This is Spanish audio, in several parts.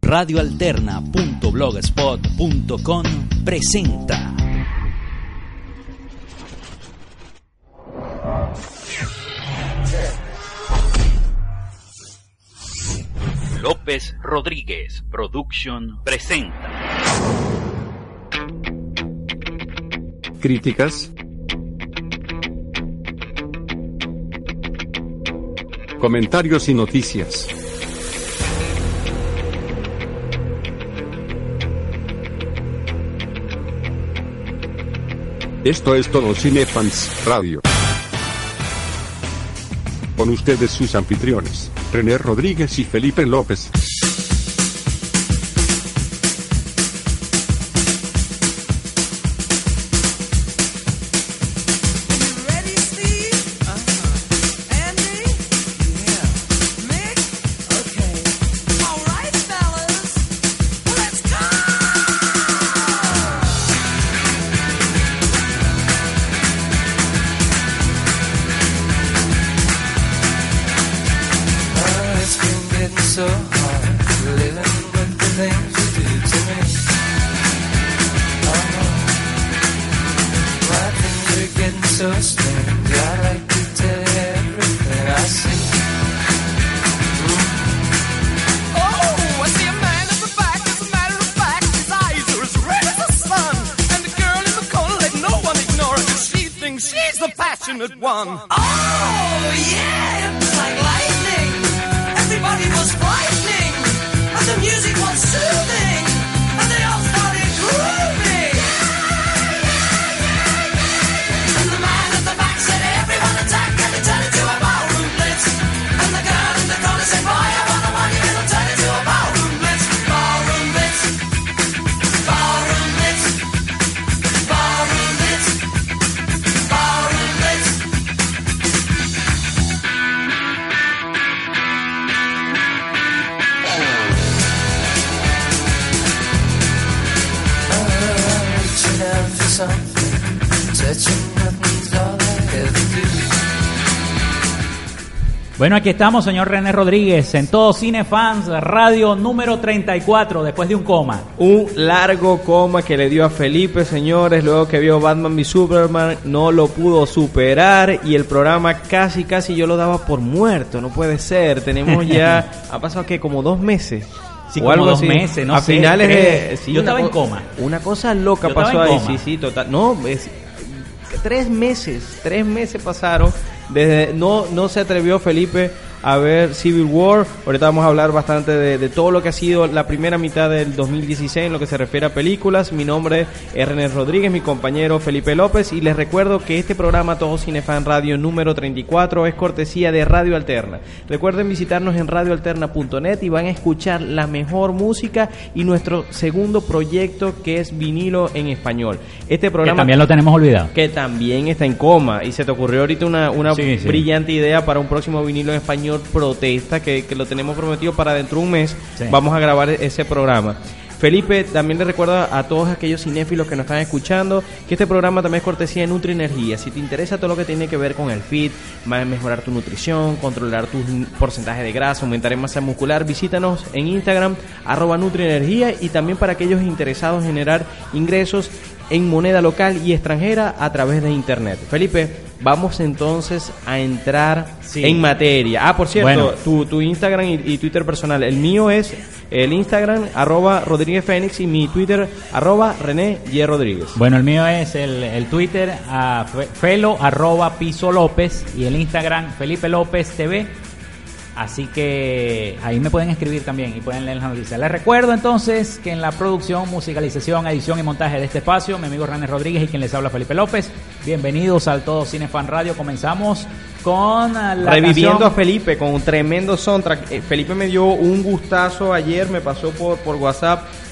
radioalterna.blogspot.com presenta López Rodríguez Production presenta críticas, comentarios y noticias. Esto es Todo Cinefans Radio. Con ustedes sus anfitriones, René Rodríguez y Felipe López. Bueno, aquí estamos, señor René Rodríguez, en Todo Cinefans Radio número 34, después de un coma. Un largo coma que le dio a Felipe, señores, luego que vio Batman v Superman, no lo pudo superar y el programa casi yo lo daba por muerto, no puede ser. Tenemos ya, ha pasado que como 2 meses. Sí, como 2 meses, no a sé. Finales de... Sí, yo estaba en coma. Una cosa loca pasó ahí, sí, total. No, 3 meses pasaron. Desde no se atrevió Felipe a ver Civil War. Ahorita vamos a hablar bastante de todo lo que ha sido la primera mitad del 2016 en lo que se refiere a películas. Mi nombre es René Rodríguez, mi compañero Felipe López, y les recuerdo que este programa Todo Cinefan Radio número 34 es cortesía de Radio Alterna. Recuerden visitarnos en radioalterna.net y van a escuchar la mejor música y nuestro segundo proyecto, que es Vinilo en Español. Este programa que también lo tenemos olvidado, que también está en coma, y se te ocurrió ahorita una brillante idea para un próximo Vinilo en Español Protesta, que lo tenemos prometido para dentro de un mes. Vamos a grabar ese programa. Felipe, también le recuerdo a todos aquellos cinéfilos que nos están escuchando que este programa también es cortesía de Nutri Energía. Si te interesa todo lo que tiene que ver con el fit, mejorar tu nutrición, controlar tu porcentaje de grasa, aumentar en masa muscular, visítanos en Instagram @NutriEnergía, y también para aquellos interesados en generar ingresos en moneda local y extranjera a través de internet. Felipe, vamos entonces a entrar en materia. Por cierto, bueno, tu Instagram y Twitter personal. El mío es el Instagram @RodríguezFénix y mi Twitter @René Y. Rodríguez. Bueno, el mío es el Twitter Felo @Piso López y el Instagram Felipe López TV. Así que ahí me pueden escribir también y pueden leer las noticias. Les recuerdo entonces que en la producción, musicalización, edición y montaje de este espacio, mi amigo René Rodríguez y quien les habla Felipe López. Bienvenidos al Todo Cinefan Radio. Comenzamos con la reviviendo canción... a Felipe con un tremendo soundtrack. Felipe me dio un gustazo ayer, me pasó por WhatsApp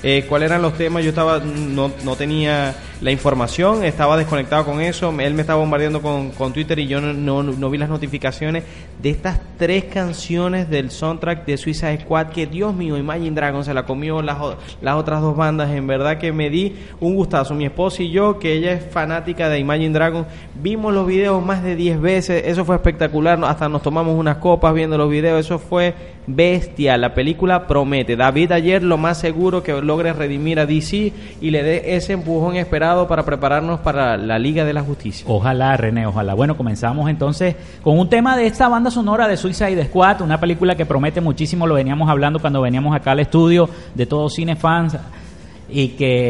cuáles eran los temas. Yo no tenía la información, estaba desconectado con eso. Él me estaba bombardeando con Twitter y yo no vi las notificaciones de estas 3 canciones del soundtrack de Suicide Squad, que Dios mío, Imagine Dragons se la comió las otras 2 bandas. En verdad que me di un gustazo. Mi esposa y yo, que ella es fanática de Imagine Dragons, vimos los videos más de 10 veces. Eso fue espectacular, hasta nos tomamos unas copas viendo los videos. Eso fue bestial. La película promete. David Ayer lo más seguro que logre redimir a DC y le dé ese empujón esperado para prepararnos para la Liga de la Justicia. Ojalá, René, ojalá. Bueno, comenzamos entonces con un tema de esta banda sonora de Suicide Squad, una película que promete muchísimo. Lo veníamos hablando cuando veníamos acá al estudio de todos cinefans y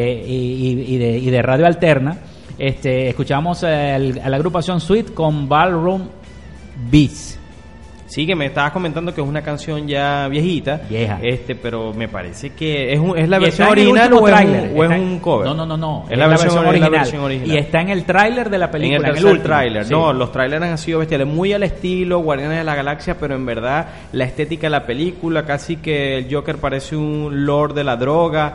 de Radio Alterna. Escuchamos a la agrupación Sweet con Ballroom Beats. Sí, que me estabas comentando que es una canción ya vieja, pero me parece que es la versión original o es un cover. No, es la versión original. Y está en el tráiler de la película. En el tráiler. Sí. No, los tráilers han sido bestiales, muy al estilo Guardianes de la Galaxia, pero en verdad la estética de la película, casi que el Joker parece un lord de la droga.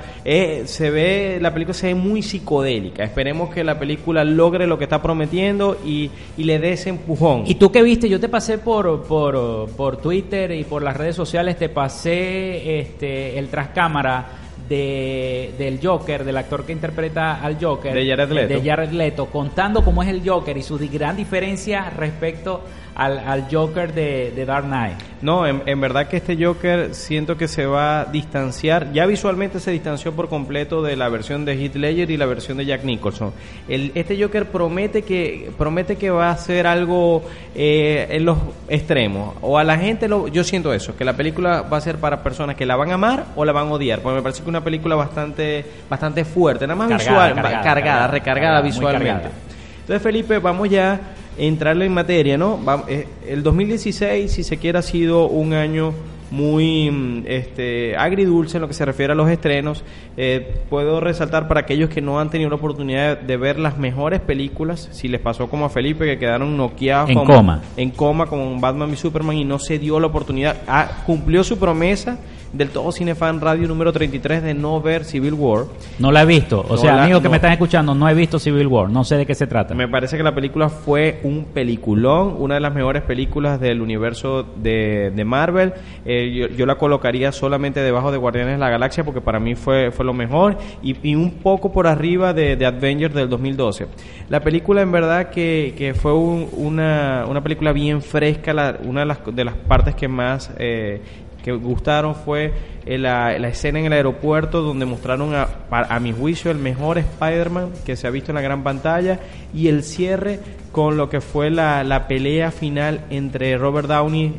La película se ve muy psicodélica. Esperemos que la película logre lo que está prometiendo y le dé ese empujón. ¿Y tú qué viste? Yo te pasé por Twitter y por las redes sociales, te pasé el trascámara del Joker, del actor que interpreta al Joker, de Jared Leto, contando cómo es el Joker y su gran diferencia respecto al Joker de Dark Knight. No, en verdad que este Joker siento que se va a distanciar, ya visualmente se distanció por completo de la versión de Heath Ledger y la versión de Jack Nicholson. Este Joker promete que va a ser algo en los extremos, o a la gente yo siento eso, que la película va a ser para personas que la van a amar o la van a odiar, porque me parece que una película bastante fuerte, nada más recargada visualmente. Entonces, Felipe, vamos ya entrarle en materia, ¿no? El 2016, si se quiere, ha sido un año muy agridulce en lo que se refiere a los estrenos. Puedo resaltar para aquellos que no han tenido la oportunidad de ver las mejores películas, si les pasó como a Felipe, que quedaron noqueados en coma con Batman y Superman y no se dio la oportunidad, cumplió su promesa del Todo Cinefan Radio número 33 de no ver Civil War. No la he visto, amigos que me están escuchando, no he visto Civil War, no sé de qué se trata. Me parece que la película fue un peliculón, una de las mejores películas del universo de Marvel. Yo la colocaría solamente debajo de Guardianes de la Galaxia, porque para mí fue lo mejor, y un poco por arriba de Avengers del 2012. La película en verdad que fue una película bien fresca. Una de las partes que más que gustaron fue la escena en el aeropuerto, donde mostraron a mi juicio el mejor Spider-Man que se ha visto en la gran pantalla, y el cierre con lo que fue la pelea final entre Robert Downey,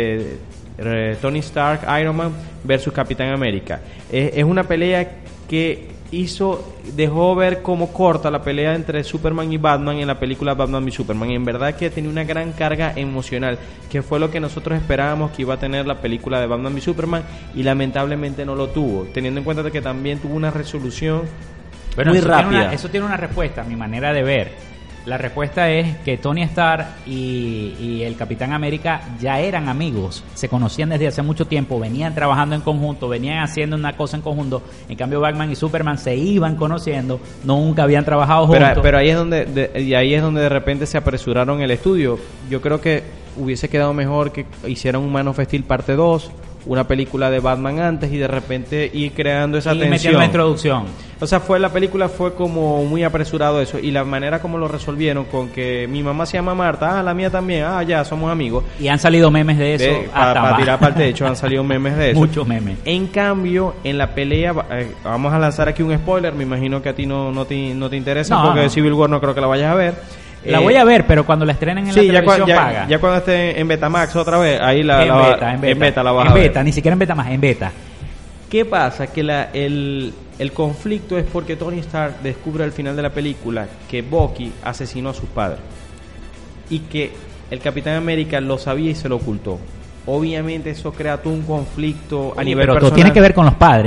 Tony Stark, Iron Man versus Capitán América. Es una pelea que dejó ver cómo corta la pelea entre Superman y Batman en la película Batman y Superman. Y en verdad que tenía una gran carga emocional, que fue lo que nosotros esperábamos que iba a tener la película de Batman y Superman, y lamentablemente no lo tuvo, teniendo en cuenta que también tuvo una resolución muy rápida. Eso tiene una respuesta, a mi manera de ver. La respuesta es que Tony Stark y el Capitán América ya eran amigos, se conocían desde hace mucho tiempo, venían trabajando en conjunto, venían haciendo una cosa en conjunto. En cambio, Batman y Superman se iban conociendo, nunca habían trabajado juntos. Pero ahí es donde de repente se apresuraron el estudio. Yo creo que hubiese quedado mejor que hicieran un Man of Steel parte 2, una película de Batman antes, y de repente ir creando esa tensión. Y metieron la introducción. O sea, la película fue como muy apresurado eso, y la manera como lo resolvieron, con que mi mamá se llama Marta, la mía también, ya somos amigos. Y han salido memes de eso. Para tirar para el techo han salido memes de eso. Muchos memes. En cambio, en la pelea, vamos a lanzar aquí un spoiler, me imagino que a ti no te interesa, porque de Civil War no creo que la vayas a ver. La voy a ver, pero cuando la estrenen en la televisión paga. Ya cuando esté en Betamax otra vez, ahí en beta la vas a ver. En beta, ni siquiera en Betamax, en beta. ¿Qué pasa? Que el conflicto es porque Tony Stark descubre al final de la película que Bucky asesinó a sus padres, y que el Capitán América lo sabía y se lo ocultó. Obviamente eso crea todo un conflicto a nivel personal. Pero todo tiene que ver con los padres,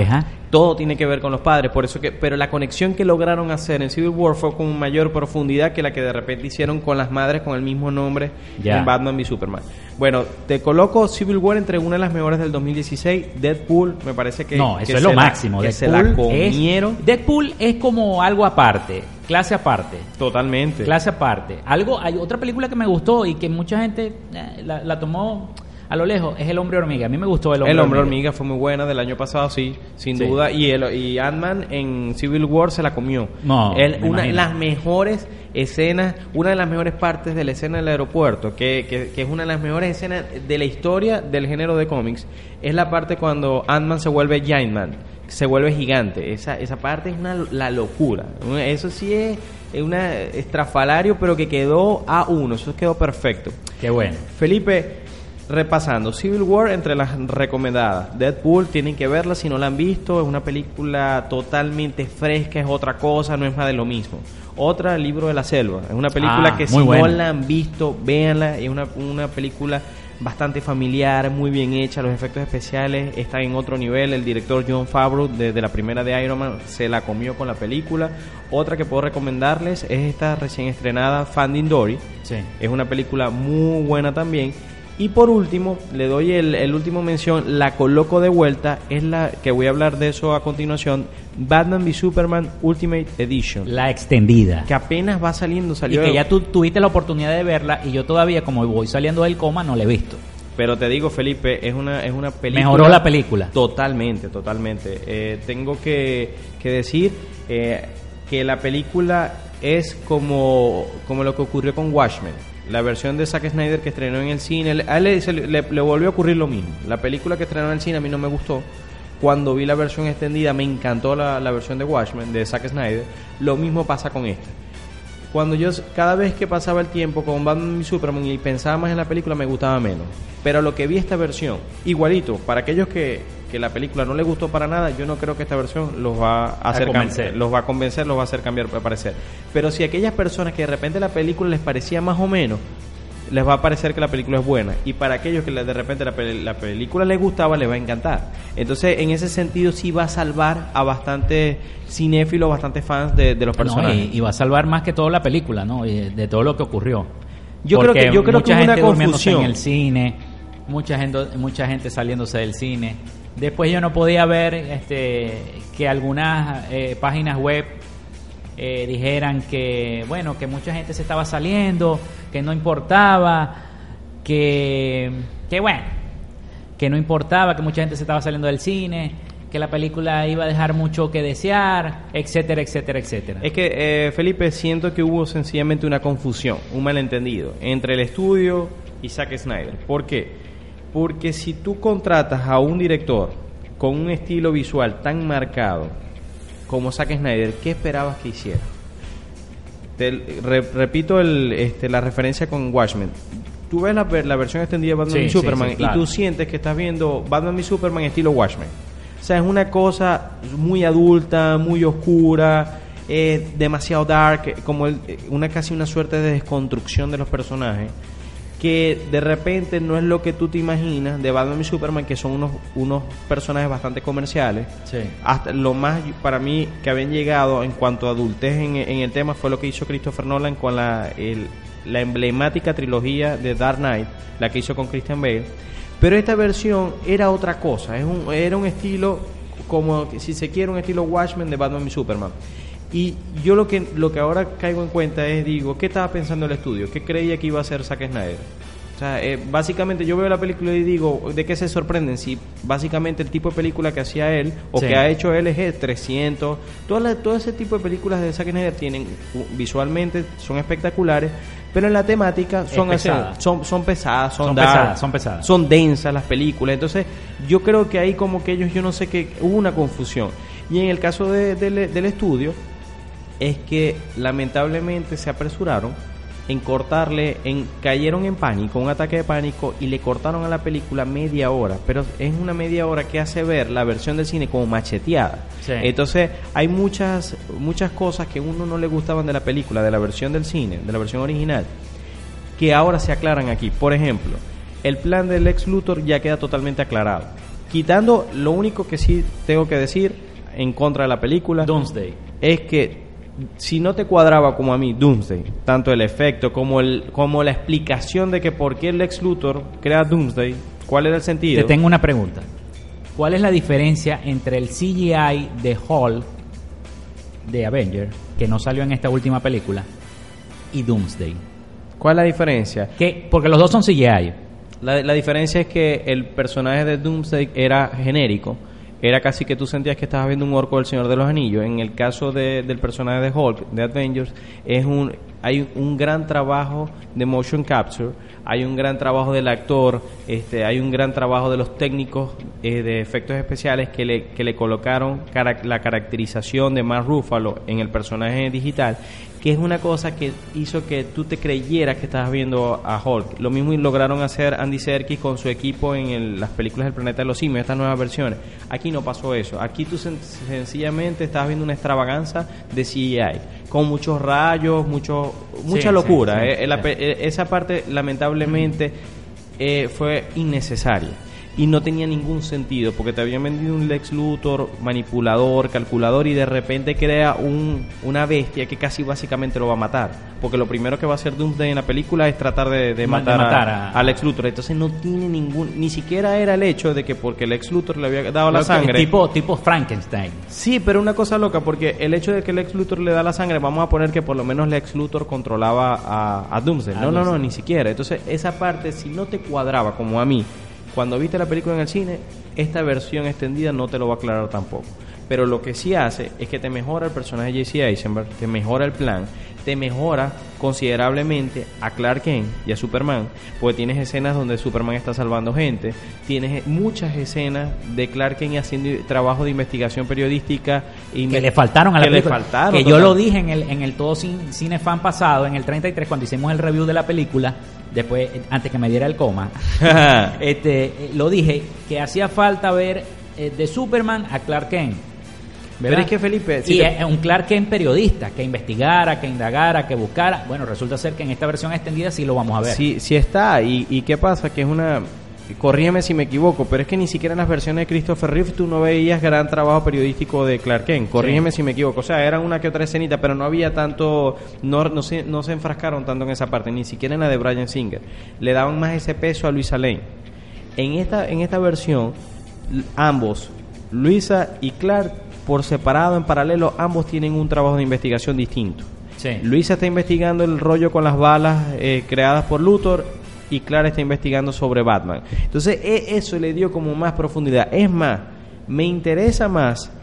todo tiene que ver con los padres, por eso pero la conexión que lograron hacer en Civil War fue con mayor profundidad que la que de repente hicieron con las madres con el mismo nombre en Batman v Superman. Bueno, te coloco Civil War entre una de las mejores del 2016. Deadpool me parece que no, eso es lo máximo. Que se la comieron. Deadpool es como algo aparte, clase aparte. Totalmente. Clase aparte. Hay otra película que me gustó y que mucha gente la tomó a lo lejos, es El Hombre Hormiga. A mí me gustó El Hombre Hormiga fue muy buena del año pasado, sí, sin duda. Y Ant-Man en Civil War se la comió. No, una de las mejores escenas, una de las mejores partes de la escena del aeropuerto, que es una de las mejores escenas de la historia del género de cómics, es la parte cuando Ant-Man se vuelve Giant Man, se vuelve gigante. Esa parte es la locura. Eso sí es una estrafalario, pero que quedó a uno. Eso quedó perfecto. Qué bueno. Felipe, repasando, Civil War entre las recomendadas. Deadpool, tienen que verla si no la han visto. Es una película totalmente fresca, es otra cosa, no es más de lo mismo. Otra, El Libro de la Selva. Es una película que si no la han visto, véanla. Es una película bastante familiar, muy bien hecha. Los efectos especiales están en otro nivel. El director Jon Favreau, desde la primera de Iron Man, se la comió con la película. Otra que puedo recomendarles es esta recién estrenada Finding Dory. Sí. Es una película muy buena también. Y por último, le doy el último mención, la coloco de vuelta, es la que voy a hablar de eso a continuación, Batman v Superman Ultimate Edition. La extendida. Que apenas va saliendo, salió. Y que ya tú tuviste la oportunidad de verla y yo todavía, como voy saliendo del coma, no la he visto. Pero te digo, Felipe, es una película... Mejoró la película. Totalmente. Tengo que decir que la película es como lo que ocurrió con Watchmen. La versión de Zack Snyder que estrenó en el cine, a él le volvió a ocurrir lo mismo. La película que estrenó en el cine a mí no me gustó. Cuando vi la versión extendida me encantó la versión de Watchmen, de Zack Snyder. Lo mismo pasa con esta. Cada vez que pasaba el tiempo con Batman y Superman y pensaba más en la película, me gustaba menos. Pero lo que vi esta versión, igualito, para aquellos que la película no les gustó para nada, yo no creo que esta versión los va a hacer convencer, los va a hacer cambiar de parecer. Pero si aquellas personas que de repente la película les parecía más o menos, les va a parecer que la película es buena. Y para aquellos que de repente la película les gustaba, les va a encantar. Entonces, en ese sentido, sí va a salvar a bastantes cinéfilos, bastantes fans de los personajes. Y va a salvar más que todo la película, ¿no? Y de todo lo que ocurrió. Yo creo que hubo una confusión en el cine, mucha gente saliéndose del cine. Después yo no podía ver que algunas páginas web dijeran que mucha gente se estaba saliendo, que no importaba, que no importaba, que mucha gente se estaba saliendo del cine, que la película iba a dejar mucho que desear, etcétera, etcétera, etcétera. Es que, Felipe, siento que hubo sencillamente una confusión, un malentendido entre el estudio y Zack Snyder. ¿Por qué? Porque si tú contratas a un director con un estilo visual tan marcado como Zack Snyder, ¿qué esperabas que hiciera? Repito la referencia con Watchmen. Tú ves la versión extendida de Batman y Superman, claro, y tú sientes que estás viendo Batman y Superman estilo Watchmen. O sea, es una cosa muy adulta, muy oscura, demasiado dark, como casi una suerte de desconstrucción de los personajes, que de repente no es lo que tú te imaginas de Batman y Superman, que son unos personajes bastante comerciales. Sí. Hasta lo más para mí que habían llegado en cuanto a adultez en el tema fue lo que hizo Christopher Nolan con la emblemática trilogía de Dark Knight, la que hizo con Christian Bale. Pero esta versión era otra cosa, era un estilo, como si se quiere, un estilo Watchmen de Batman y Superman. Y yo lo que ahora caigo en cuenta es, digo, ¿qué estaba pensando el estudio? ¿Qué creía que iba a hacer Zack Snyder? O sea, básicamente yo veo la película y digo, ¿de qué se sorprenden? Si básicamente el tipo de película que hacía él o que ha hecho él es 300, todo ese tipo de películas de Zack Snyder tienen, visualmente son espectaculares, pero en la temática son pesadas, son densas las películas. Entonces yo creo que ahí como que ellos, yo no sé, que hubo una confusión. Y en el caso del estudio, es que lamentablemente se apresuraron en cortarle, cayeron en pánico, un ataque de pánico, y le cortaron a la película media hora, pero es una media hora que hace ver la versión del cine como macheteada. Sí. Entonces hay muchas cosas que a uno no le gustaban de la película, de la versión del cine, de la versión original, que ahora se aclaran aquí. Por ejemplo, el plan del Lex Luthor ya queda totalmente aclarado. Quitando, lo único que sí tengo que decir, en contra de la película Doomsday. es que si no te cuadraba como a mí Doomsday, tanto el efecto como la explicación de que por qué el Lex Luthor crea Doomsday, ¿cuál era el sentido? Te tengo una pregunta. ¿Cuál es la diferencia entre el CGI de Hulk de Avenger, que no salió en esta última película, y Doomsday? ¿Cuál es la diferencia? Porque los dos son CGI. La diferencia es que el personaje de Doomsday era genérico. Era casi que tú sentías que estabas viendo un orco del Señor de los Anillos. En el caso del personaje de Hulk, de Avengers, hay un gran trabajo de motion capture, hay un gran trabajo del actor, hay un gran trabajo de los técnicos de efectos especiales que le colocaron la caracterización de Mark Ruffalo en el personaje digital, que es una cosa que hizo que tú te creyeras que estabas viendo a Hulk. Lo mismo lograron hacer Andy Serkis con su equipo en las películas del Planeta de los Simios, estas nuevas versiones. Aquí no pasó eso. Aquí tú sencillamente estabas viendo una extravaganza de CGI, con muchos rayos, mucha locura. Esa parte, lamentablemente, fue innecesaria. Y no tenía ningún sentido, porque te habían vendido un Lex Luthor manipulador, calculador, y de repente crea una bestia que casi básicamente lo va a matar, porque lo primero que va a hacer Doomsday en la película es tratar de matar a Lex Luthor. Entonces no tiene ni siquiera era el hecho de que porque Lex Luthor le había dado la sangre, tipo Frankenstein. Sí, pero una cosa loca, porque el hecho de que Lex Luthor le da la sangre, vamos a poner que por lo menos Lex Luthor controlaba a Doomsday. No, ni siquiera. Entonces esa parte, si no te cuadraba como a mí cuando viste la película en el cine, esta versión extendida no te lo va a aclarar tampoco. Pero lo que sí hace es que te mejora el personaje de Jesse Eisenberg, te mejora el plan, te mejora considerablemente a Clark Kent y a Superman, porque tienes escenas donde Superman está salvando gente, tienes muchas escenas de Clark Kent haciendo trabajo de investigación periodística y que le faltaron a la película, que yo lo dije en el Todo Cine Fan pasado, en el 33, cuando hicimos el review de la película, después, antes que me diera el coma, lo dije, que hacía falta ver de Superman a Clark Kent, ¿verdad? Pero es que, Felipe, y es un Clark Kent periodista, que investigara, que indagara, que buscara. Bueno, resulta ser que en esta versión extendida sí lo vamos a ver. Sí está, y ¿qué pasa? Que es una... Corrígeme si me equivoco, pero es que ni siquiera en las versiones de Christopher Reeve tú no veías gran trabajo periodístico de Clark Kent. Corrígeme si me equivoco. O sea, eran una que otra escenita, pero no había tanto... No se enfrascaron tanto en esa parte, ni siquiera en la de Bryan Singer. Le daban más ese peso a Luisa Lane. En esta versión, ambos, Luisa y Clark, por separado, en paralelo, ambos tienen un trabajo de investigación distinto. Sí. Luisa está investigando el rollo con las balas creadas por Luthor, y Clark está investigando sobre Batman. Entonces eso le dio como más profundidad. Es más, me interesa más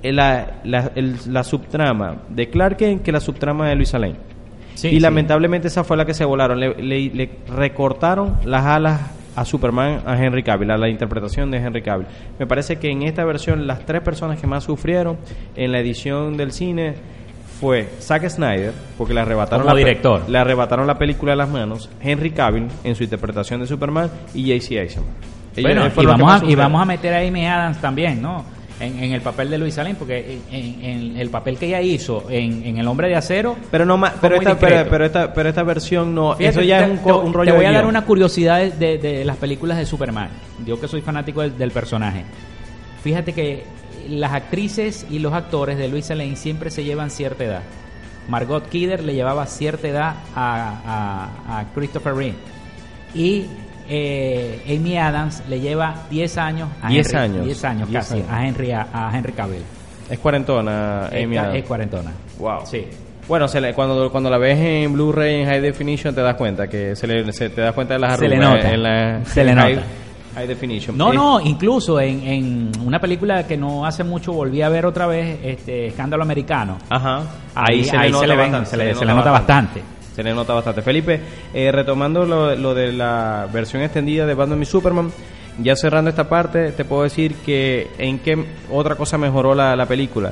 la subtrama de Clark Kent que la subtrama de Luisa Lane. Sí, lamentablemente esa fue la que se volaron. Le recortaron las alas a Superman, a Henry Cavill, a la interpretación de Henry Cavill. Me parece que en esta versión las tres personas que más sufrieron en la edición del cine fue Zack Snyder, porque le arrebataron le arrebataron la película de las manos, Henry Cavill en su interpretación de Superman y Jesse Eisenberg. Bueno, y vamos a meter a Amy Adams también, ¿no? En el papel de Luisa Lane, porque en el papel que ella hizo en El Hombre de Acero, pero esta versión no. Fíjate, eso ya es un rollo. Te voy a dar una curiosidad de las películas de Superman. Yo que soy fanático del personaje. Fíjate que las actrices y los actores de Luisa Lane siempre se llevan cierta edad. Margot Kidder le llevaba cierta edad a Christopher Reeve, y Amy Adams le lleva 10 años a 10 años casi a Henry Cavill. Es cuarentona Amy Adams. Es cuarentona. Wow. Sí. Bueno, cuando la ves en Blu-ray en High Definition te das cuenta que te das cuenta de las arrugas. Se le nota. High Definition. No, incluso en una película que no hace mucho volví a ver otra vez, Escándalo Americano. Ajá. Ahí se le nota bastante. Se le nota bastante. Felipe, retomando lo de la versión extendida de Batman y Superman, ya cerrando esta parte, te puedo decir que en qué otra cosa mejoró la película.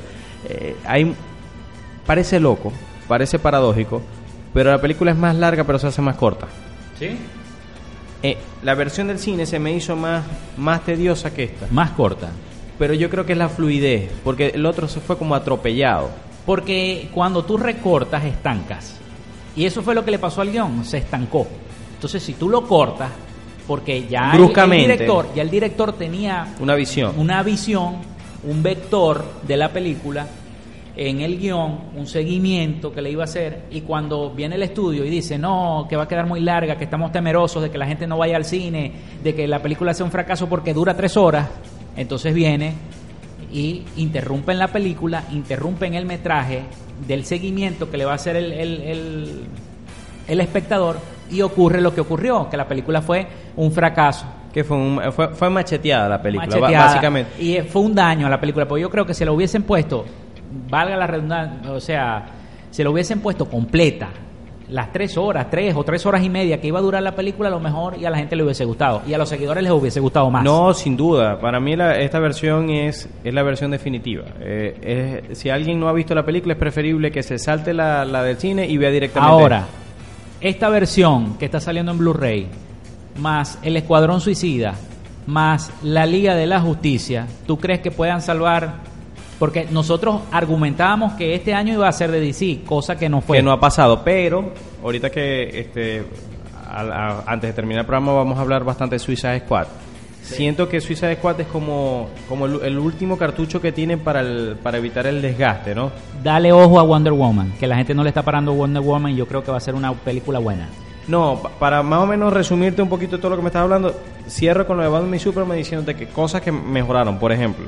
Parece loco, parece paradójico, pero la película es más larga, pero se hace más corta. ¿Sí? La versión del cine se me hizo más tediosa que esta. Más corta. Pero yo creo que es la fluidez, porque el otro se fue como atropellado. Porque cuando tú recortas, estancas. Y eso fue lo que le pasó al guión, se estancó. Entonces, si tú lo cortas, porque ya bruscamente el director tenía una visión, un vector de la película en el guión, un seguimiento que le iba a hacer, y cuando viene el estudio y dice no, que va a quedar muy larga, que estamos temerosos de que la gente no vaya al cine, de que la película sea un fracaso porque dura 3 horas, entonces viene y interrumpen la película, interrumpen el metraje del seguimiento que le va a hacer el espectador, y ocurre lo que ocurrió, que la película fue un fracaso. Que fue macheteada la película, básicamente. Y fue un daño a la película, porque yo creo que si lo hubiesen puesto, valga la redundancia, o sea, si lo hubiesen puesto completa, las 3 horas, 3 o 3 horas y media que iba a durar la película, a lo mejor y a la gente le hubiese gustado, y a los seguidores les hubiese gustado más. No, sin duda. Para mí esta versión es la versión definitiva. Si alguien no ha visto la película, es preferible que se salte la del cine y vea directamente. Ahora, esta versión que está saliendo en Blu-ray, más El Escuadrón Suicida, más La Liga de la Justicia, ¿tú crees que puedan salvar? Porque nosotros argumentábamos que este año iba a ser de DC, cosa que no fue. Que no ha pasado, pero ahorita que antes de terminar el programa vamos a hablar bastante de Suicide Squad. Sí. Siento que Suicide Squad es como el último cartucho que tienen para evitar el desgaste, ¿no? Dale ojo a Wonder Woman, que la gente no le está parando a Wonder Woman, y yo creo que va a ser una película buena. No, para más o menos resumirte un poquito todo lo que me estás hablando, cierro con lo de Batman y Superman diciéndote que cosas que mejoraron. Por ejemplo,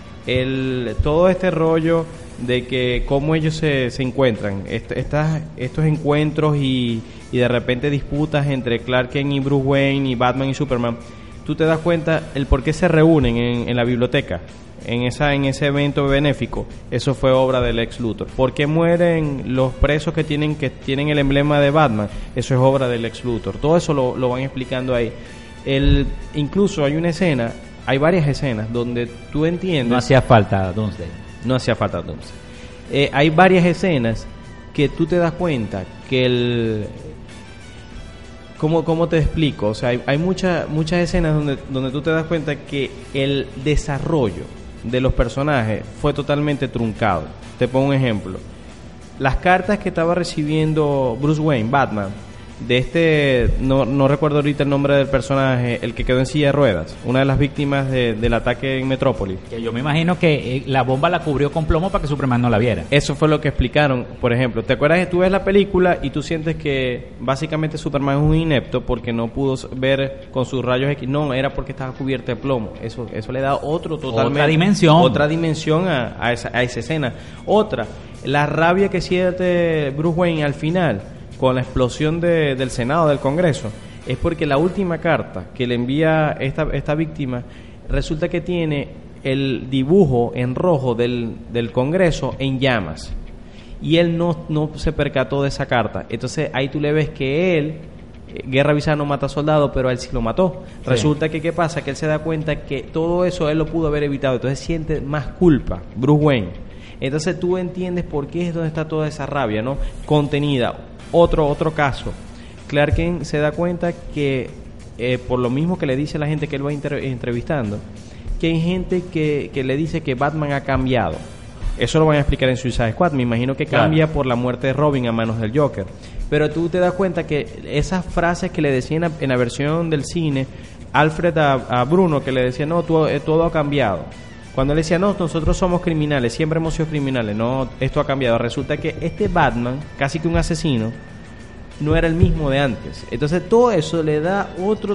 todo este rollo de que cómo ellos se encuentran, estos encuentros y de repente disputas entre Clark Kent y Bruce Wayne y Batman y Superman, tú te das cuenta el por qué se reúnen en la biblioteca, en ese evento benéfico. Eso fue obra del Lex Luthor. ¿Por qué mueren los presos que tienen el emblema de Batman? Eso es obra del Lex Luthor. Todo eso lo van explicando ahí. Incluso hay varias escenas donde tú entiendes... No hacía falta Doomsday. Hay varias escenas que tú te das cuenta que ¿Cómo te explico? O sea, hay muchas escenas donde tú te das cuenta que el desarrollo de los personajes fue totalmente truncado. Te pongo un ejemplo. Las cartas que estaba recibiendo Bruce Wayne, Batman, de no recuerdo ahorita el nombre del personaje, el que quedó en silla de ruedas, una de las víctimas del ataque en Metrópolis. Que yo me imagino que la bomba la cubrió con plomo para que Superman no la viera. Eso fue lo que explicaron. Por ejemplo, ¿te acuerdas que tú ves la película y tú sientes que básicamente Superman es un inepto porque no pudo ver con sus rayos X? No, era porque estaba cubierto de plomo. Eso le da otra dimensión a esa escena. Otra, la rabia que siente Bruce Wayne al final con la explosión del Senado, del Congreso, es porque la última carta que le envía esta víctima resulta que tiene el dibujo en rojo del Congreso en llamas, y él no se percató de esa carta. Entonces ahí tú le ves que él, Guerra Avisada no mata soldados, pero a él sí lo mató. Sí. Resulta que ¿qué pasa? Que él se da cuenta que todo eso él lo pudo haber evitado, entonces siente más culpa Bruce Wayne. Entonces tú entiendes por qué es donde está toda esa rabia, ¿no? Contenida. Otro caso, Clark Kent se da cuenta que por lo mismo que le dice a la gente que él va entrevistando, que hay gente que le dice que Batman ha cambiado. Eso lo van a explicar en Suicide Squad. Me imagino que cambia por la muerte de Robin a manos del Joker. Pero tú te das cuenta que esas frases que le decían en la versión del cine Alfred a Bruno, que le decía no, todo ha cambiado. Cuando le decía, no, nosotros somos criminales, siempre hemos sido criminales, no, esto ha cambiado. Resulta que este Batman, casi que un asesino, no era el mismo de antes. Entonces todo eso le da otro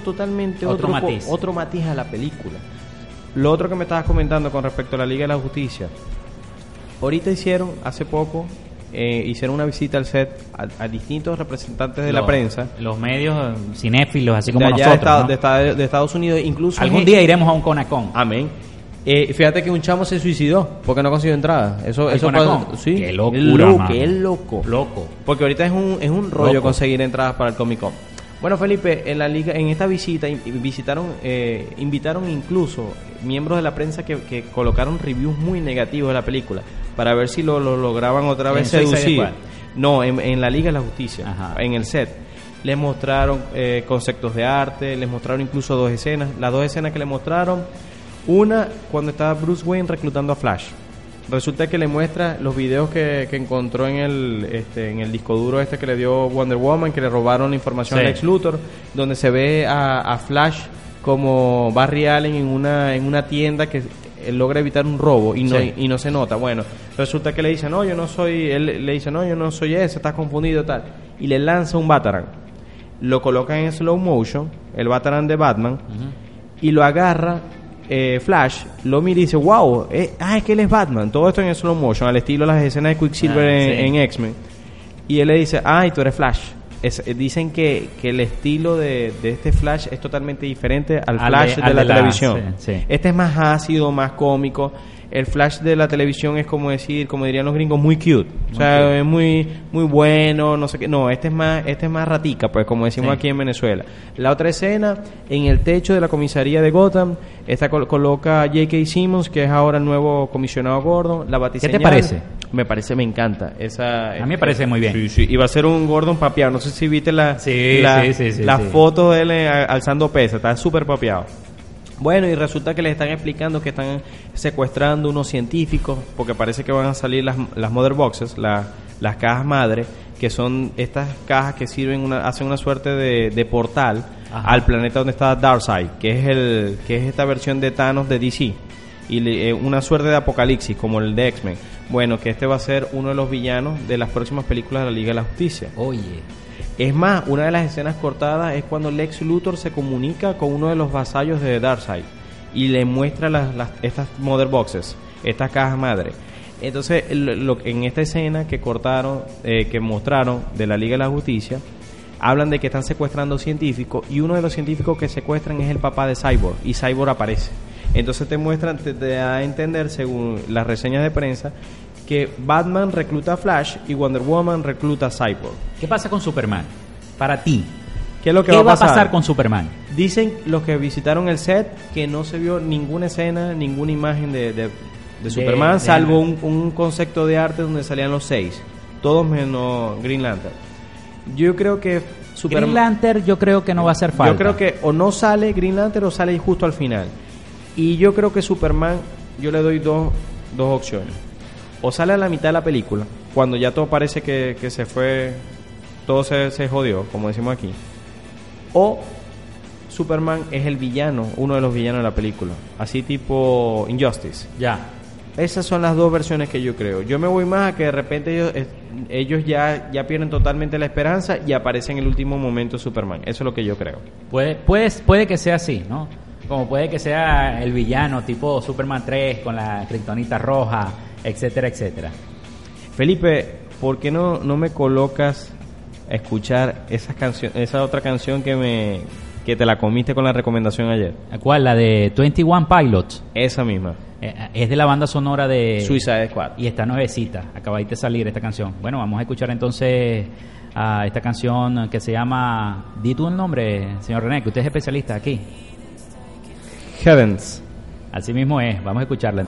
matiz a la película. Lo otro que me estabas comentando con respecto a la Liga de la Justicia. Ahorita hace poco, hicieron una visita al set a distintos representantes de la prensa. Los medios cinéfilos, así como nosotros, de Estados Unidos, incluso... Algún día iremos a un Conacon. Amén. Fíjate que un chamo se suicidó porque no consiguió entrada. Eso sí. Qué locura, qué loco. Porque ahorita es un rollo conseguir entradas para el Comic Con. Bueno, Felipe, en la liga, en esta visita invitaron incluso miembros de la prensa que colocaron reviews muy negativos de la película para ver si lo lograban otra vez seducir. No, en la Liga de la Justicia. Ajá. En el set. Les mostraron conceptos de arte, les mostraron incluso 2 escenas. Las 2 escenas que le mostraron, una cuando estaba Bruce Wayne reclutando a Flash. Resulta que le muestra los videos que encontró en el disco duro que le dio Wonder Woman, que le robaron la información a Lex Luthor, donde se ve a Flash como Barry Allen en una tienda que logra evitar un robo y no se nota. Bueno, resulta que le dice, no, yo no soy, él le dice, no, yo no soy ese, estás confundido, tal. Y le lanza un Batarang. Lo coloca en slow motion, el Batarang de Batman, y lo agarra Flash, lo mira y dice, wow, es que él es Batman. Todo esto en slow motion, al estilo de las escenas de Quicksilver en X-Men. Y él le dice, y tú eres Flash. Dicen que el estilo de este Flash es totalmente diferente al Flash de la televisión. Este es más ácido, más cómico. El Flash de la televisión es como dirían los gringos, muy cute. Es muy bueno, no sé qué. No, este es más ratica, pues, como decimos aquí en Venezuela. La otra escena, en el techo de la comisaría de Gotham, esta coloca a J.K. Simmons, que es ahora el nuevo comisionado Gordon. La batiseñal. ¿Qué te parece? Me encanta. A mí me parece muy bien. Sí. Y va a ser un Gordon papeado. No sé si viste la foto de él alzando pesas. Está súper papeado. Bueno, y resulta que les están explicando que están secuestrando unos científicos, porque parece que van a salir las mother boxes, las cajas madre, que son estas cajas que sirven hacen una suerte de portal al planeta donde está Darkseid, que es esta versión de Thanos de DC, y una suerte de apocalipsis como el de X-Men. Bueno, que este va a ser uno de los villanos de las próximas películas de la Liga de la Justicia. Oye. Es más, una de las escenas cortadas es cuando Lex Luthor se comunica con uno de los vasallos de Darkseid y le muestra estas mother boxes, estas cajas madre. Entonces, en esta escena que cortaron, que mostraron de la Liga de la Justicia, hablan de que están secuestrando científicos, y uno de los científicos que secuestran es el papá de Cyborg, y Cyborg aparece. Entonces te da a entender, según las reseñas de prensa, que Batman recluta a Flash y Wonder Woman recluta a Cyborg. ¿Qué pasa con Superman? Para ti, ¿qué es lo que va a pasar con Superman? Dicen los que visitaron el set que no se vio ninguna escena, ninguna imagen de Superman, salvo un concepto de arte donde salían los 6, todos menos Green Lantern. Yo creo que Superman, Green Lantern yo creo que no va a hacer falta. Yo creo que o no sale Green Lantern o sale justo al final. Y yo creo que Superman, yo le doy dos opciones. O sale a la mitad de la película, cuando ya todo parece que se fue, todo se jodió, como decimos aquí. O Superman es el villano, uno de los villanos de la película, así tipo Injustice. Ya. Esas son las dos versiones que yo creo. Yo me voy más a que de repente ellos ya pierden totalmente la esperanza y aparece en el último momento Superman. Eso es lo que yo creo. Puede que sea así, ¿no? Como puede que sea el villano tipo Superman 3 con la kriptonita roja, etcétera, etcétera. Felipe, ¿por qué no me colocas a escuchar esa otra canción que te la comiste con la recomendación ayer? ¿Cuál? La de 21 Pilots. Esa misma. Es de la banda sonora de Suicide Squad. Y está nuevecita, acabáis de salir esta canción. Bueno, vamos a escuchar entonces a esta canción que se llama... Di tú el nombre, señor René, que usted es especialista aquí. Heavens. Así mismo es, vamos a escucharla.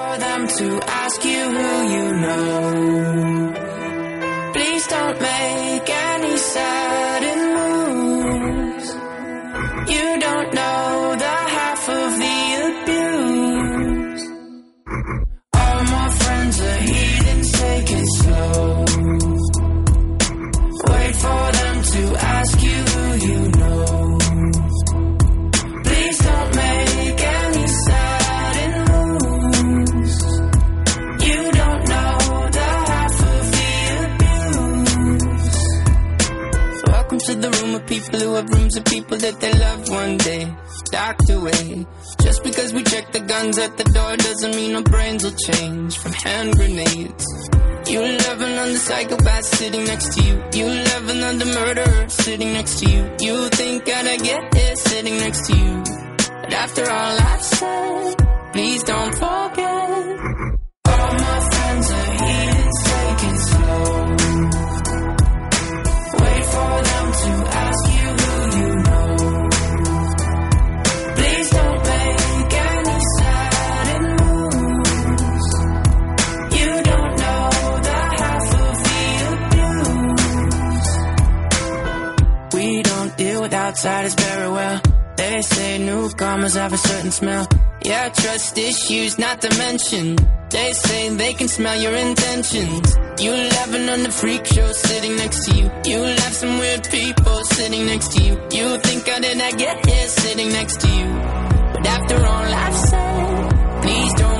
Please don't make any sudden moves. You don't know the half of the abuse. All my friends are heathens, take it slow. Wait for them to ask you who you know. Please don't make any sudden moves. You don't know the half of the abuse. Welcome to the room of people who have rooms of people that they loved one day docked away. Just because we check the guns at the door doesn't mean our brains will change from hand grenades. You love another psychopath sitting next to you. You love another murderer sitting next to you. You think I'd get here sitting next to you. But after all I've said, please don't forget. All my friends are heathens, take it slow. Wait for them to ask you who you know. Please don't make any sudden moves. You don't know the half of the abuse. We don't deal with outsiders very well. They say newcomers have a certain smell. Yeah, trust issues not to mention. They say they can smell your intentions. You laughing on the freak show sitting next to you. You laugh some weird people sitting next to you. You think how did I get here sitting next to you? But after all I've said, please don't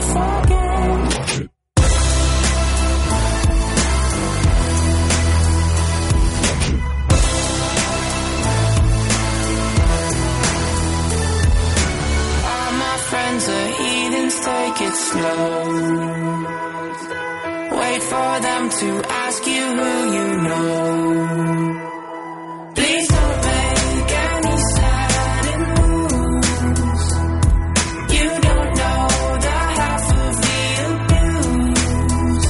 slow. Wait for them to ask you who you know. Please don't make any sudden moves. You don't know the half of the abuse.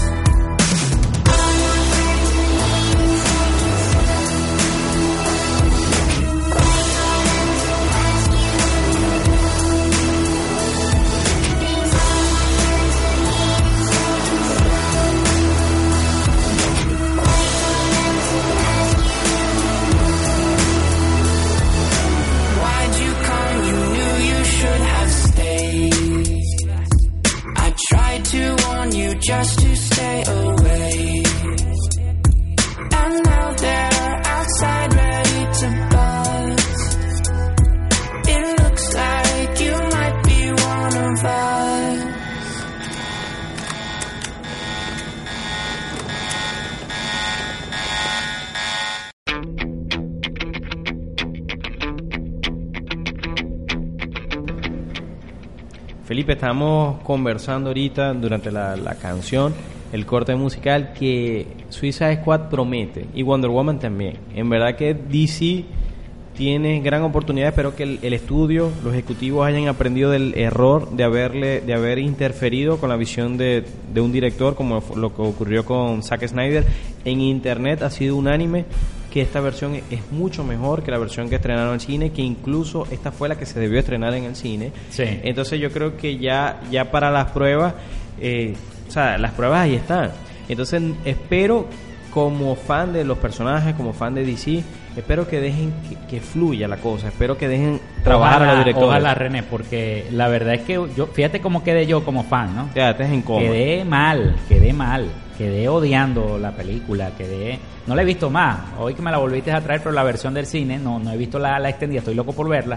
Why'd you come? You knew you should have stayed. I tried to warn you just to stay away. And now they're outside ready to buzz. It looks like you might be one of us. Felipe, estamos conversando ahorita durante la canción, el corte musical, que Suicide Squad promete, y Wonder Woman también. En verdad que DC tiene gran oportunidad. Espero que el estudio, los ejecutivos hayan aprendido del error de haber interferido con la visión de un director, como lo que ocurrió con Zack Snyder. En internet ha sido unánime que esta versión es mucho mejor que la versión que estrenaron en cine, que incluso esta fue la que se debió estrenar en el cine. Sí. Entonces yo creo que ya para las pruebas, o sea, las pruebas ahí están. Entonces espero, como fan de los personajes, como fan de DC, espero que dejen que fluya la cosa, espero que dejen trabajar a los directores. Ojalá, René, porque la verdad es que yo, fíjate cómo quedé yo como fan, ¿no? Quédate en coma. Quedé mal, quedé odiando la película, no la he visto más. Hoy que me la volviste a traer, pero la versión del cine, no he visto la extendida, estoy loco por verla.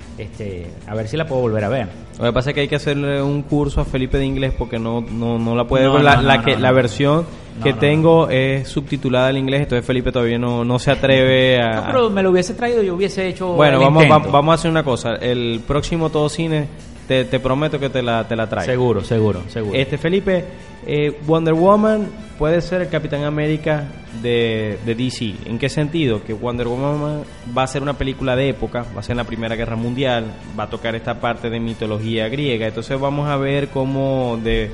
A ver si la puedo volver a ver. Lo que pasa es que hay que hacerle un curso a Felipe de inglés porque no la puede ver. La versión que tengo es subtitulada al inglés, entonces Felipe todavía no se atreve a... No, pero me lo hubiese traído, yo hubiese hecho. Bueno, vamos a hacer una cosa. El próximo Todo Cine te prometo que te la traigo. Seguro. Felipe, Wonder Woman puede ser el Capitán América de DC. ¿En qué sentido? Que Wonder Woman va a ser una película de época, va a ser en la Primera Guerra Mundial, va a tocar esta parte de mitología griega. Entonces vamos a ver cómo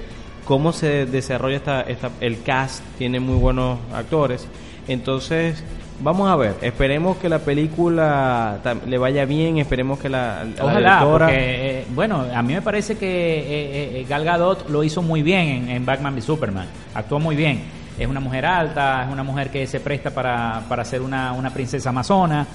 se desarrolla el cast. Tiene muy buenos actores. Entonces vamos a ver, esperemos que la película le vaya bien, esperemos que la directora... porque, a mí me parece que Gal Gadot lo hizo muy bien en Batman v Superman, actuó muy bien. Es una mujer alta, es una mujer que se presta para ser una princesa amazona.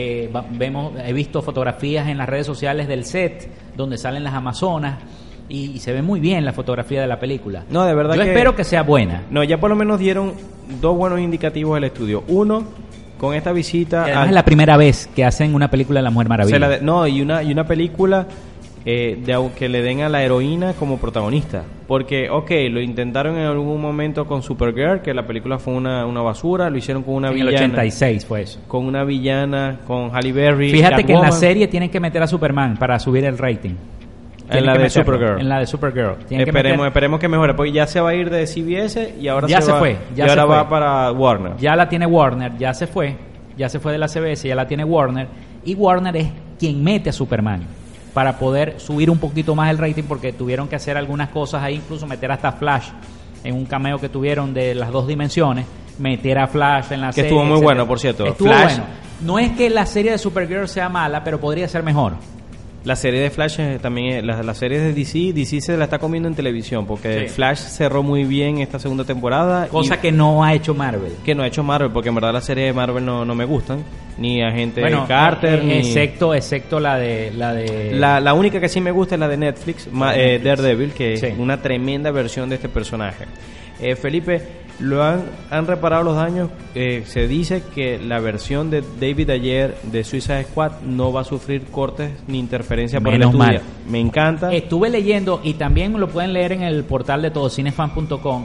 He visto fotografías en las redes sociales del set donde salen las amazonas y se ve muy bien la fotografía de la película. No, de verdad yo espero que sea buena. No, ya por lo menos dieron 2 buenos indicativos del estudio. Uno, con esta visita... Además es la primera vez que hacen una película de la Mujer Maravilla. Y una película que le den a la heroína como protagonista. Porque, lo intentaron en algún momento con Supergirl, que la película fue una basura. Lo hicieron con una villana. En el 86 fue eso. Con una villana, con Halle Berry. Fíjate que en la serie tienen que meter a Superman para subir el rating. En la de Supergirl. En la de Supergirl. Esperemos que mejore, porque ya se va a ir de CBS y ahora ya se fue. Va para Warner. Ya la tiene Warner, ya se fue de la CBS, ya la tiene Warner, y Warner es quien mete a Superman para poder subir un poquito más el rating, porque tuvieron que hacer algunas cosas ahí, incluso meter hasta Flash en un cameo que tuvieron de las 2 dimensiones, meter a Flash en la serie. Que estuvo muy bueno, por cierto. Estuvo bueno. No es que la serie de Supergirl sea mala, pero podría ser mejor. La serie de Flash también, las series de DC se la está comiendo en televisión, porque Flash cerró muy bien esta segunda temporada. Cosa que no ha hecho Marvel. Porque en verdad las series de Marvel no me gustan, ni Agente Carter, ni... Excepto la de... La única que sí me gusta es la de Netflix, Daredevil, que es una tremenda versión de este personaje. Felipe, lo han reparado los daños. Se dice que la versión de David Ayer de Suicide Squad no va a sufrir cortes ni interferencia por el estudio. Me encanta. Estuve leyendo, y también lo pueden leer en el portal de todocinefan.com,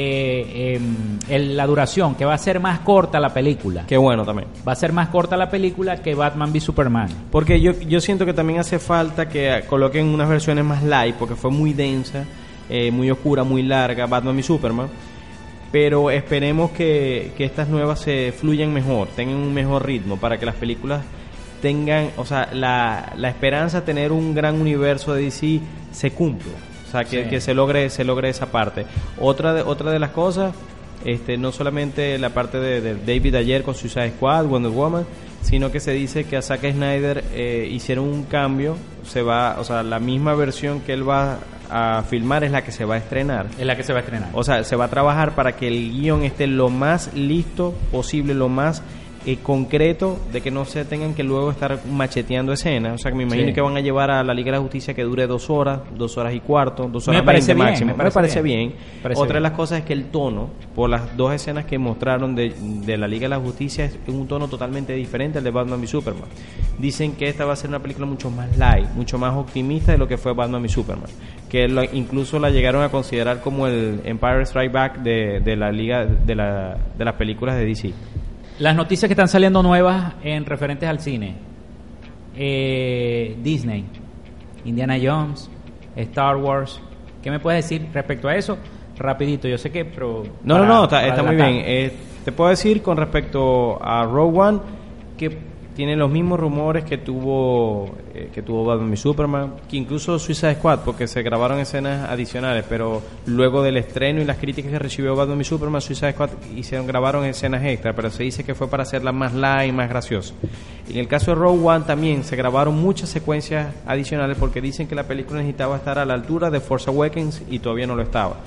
la duración, que va a ser más corta la película. Qué bueno también. Va a ser más corta la película que Batman v Superman. Porque yo siento que también hace falta que coloquen unas versiones más light, porque fue muy densa. muy oscura, muy larga, Batman y Superman. Pero esperemos que estas nuevas se fluyan mejor, tengan un mejor ritmo, para que las películas tengan, o sea, la esperanza de tener un gran universo de DC se cumpla. O sea, que se logre esa parte. Otra de las cosas, no solamente la parte de David Ayer con Suicide Squad, Wonder Woman, sino que se dice que a Zack Snyder hicieron un cambio. O sea, la misma versión que él va a filmar es la que se va a estrenar. Es la que se va a estrenar. O sea, se va a trabajar para que el guión esté lo más listo posible, lo más concreto, de que no se tengan que luego estar macheteando escenas. O sea, que me imagino que van a llevar a la Liga de la Justicia que dure 2 horas, 2 horas y cuarto, 2 horas me máximo. Me parece bien. Otra de bien. las cosas es que el tono, por las 2 escenas que mostraron de la Liga de la Justicia, es un tono totalmente diferente al de Batman v Superman. Dicen que esta va a ser una película mucho más light, mucho más optimista de lo que fue Batman v Superman, que incluso la llegaron a considerar como el Empire Strikes Back de la Liga de las películas de DC. Las noticias que están saliendo nuevas en referentes al cine. Disney, Indiana Jones, Star Wars. ¿Qué me puedes decir respecto a eso? Rapidito, yo sé que... Está muy bien. Te puedo decir con respecto a Rogue One que tiene los mismos rumores que tuvo Batman v Superman, que incluso Suicide Squad, porque se grabaron escenas adicionales, pero luego del estreno y las críticas que recibió Batman v Superman, Suicide Squad grabaron escenas extra, pero se dice que fue para hacerla más light, más graciosa. En el caso de Rogue One también se grabaron muchas secuencias adicionales, porque dicen que la película necesitaba estar a la altura de Force Awakens y todavía no lo estaba.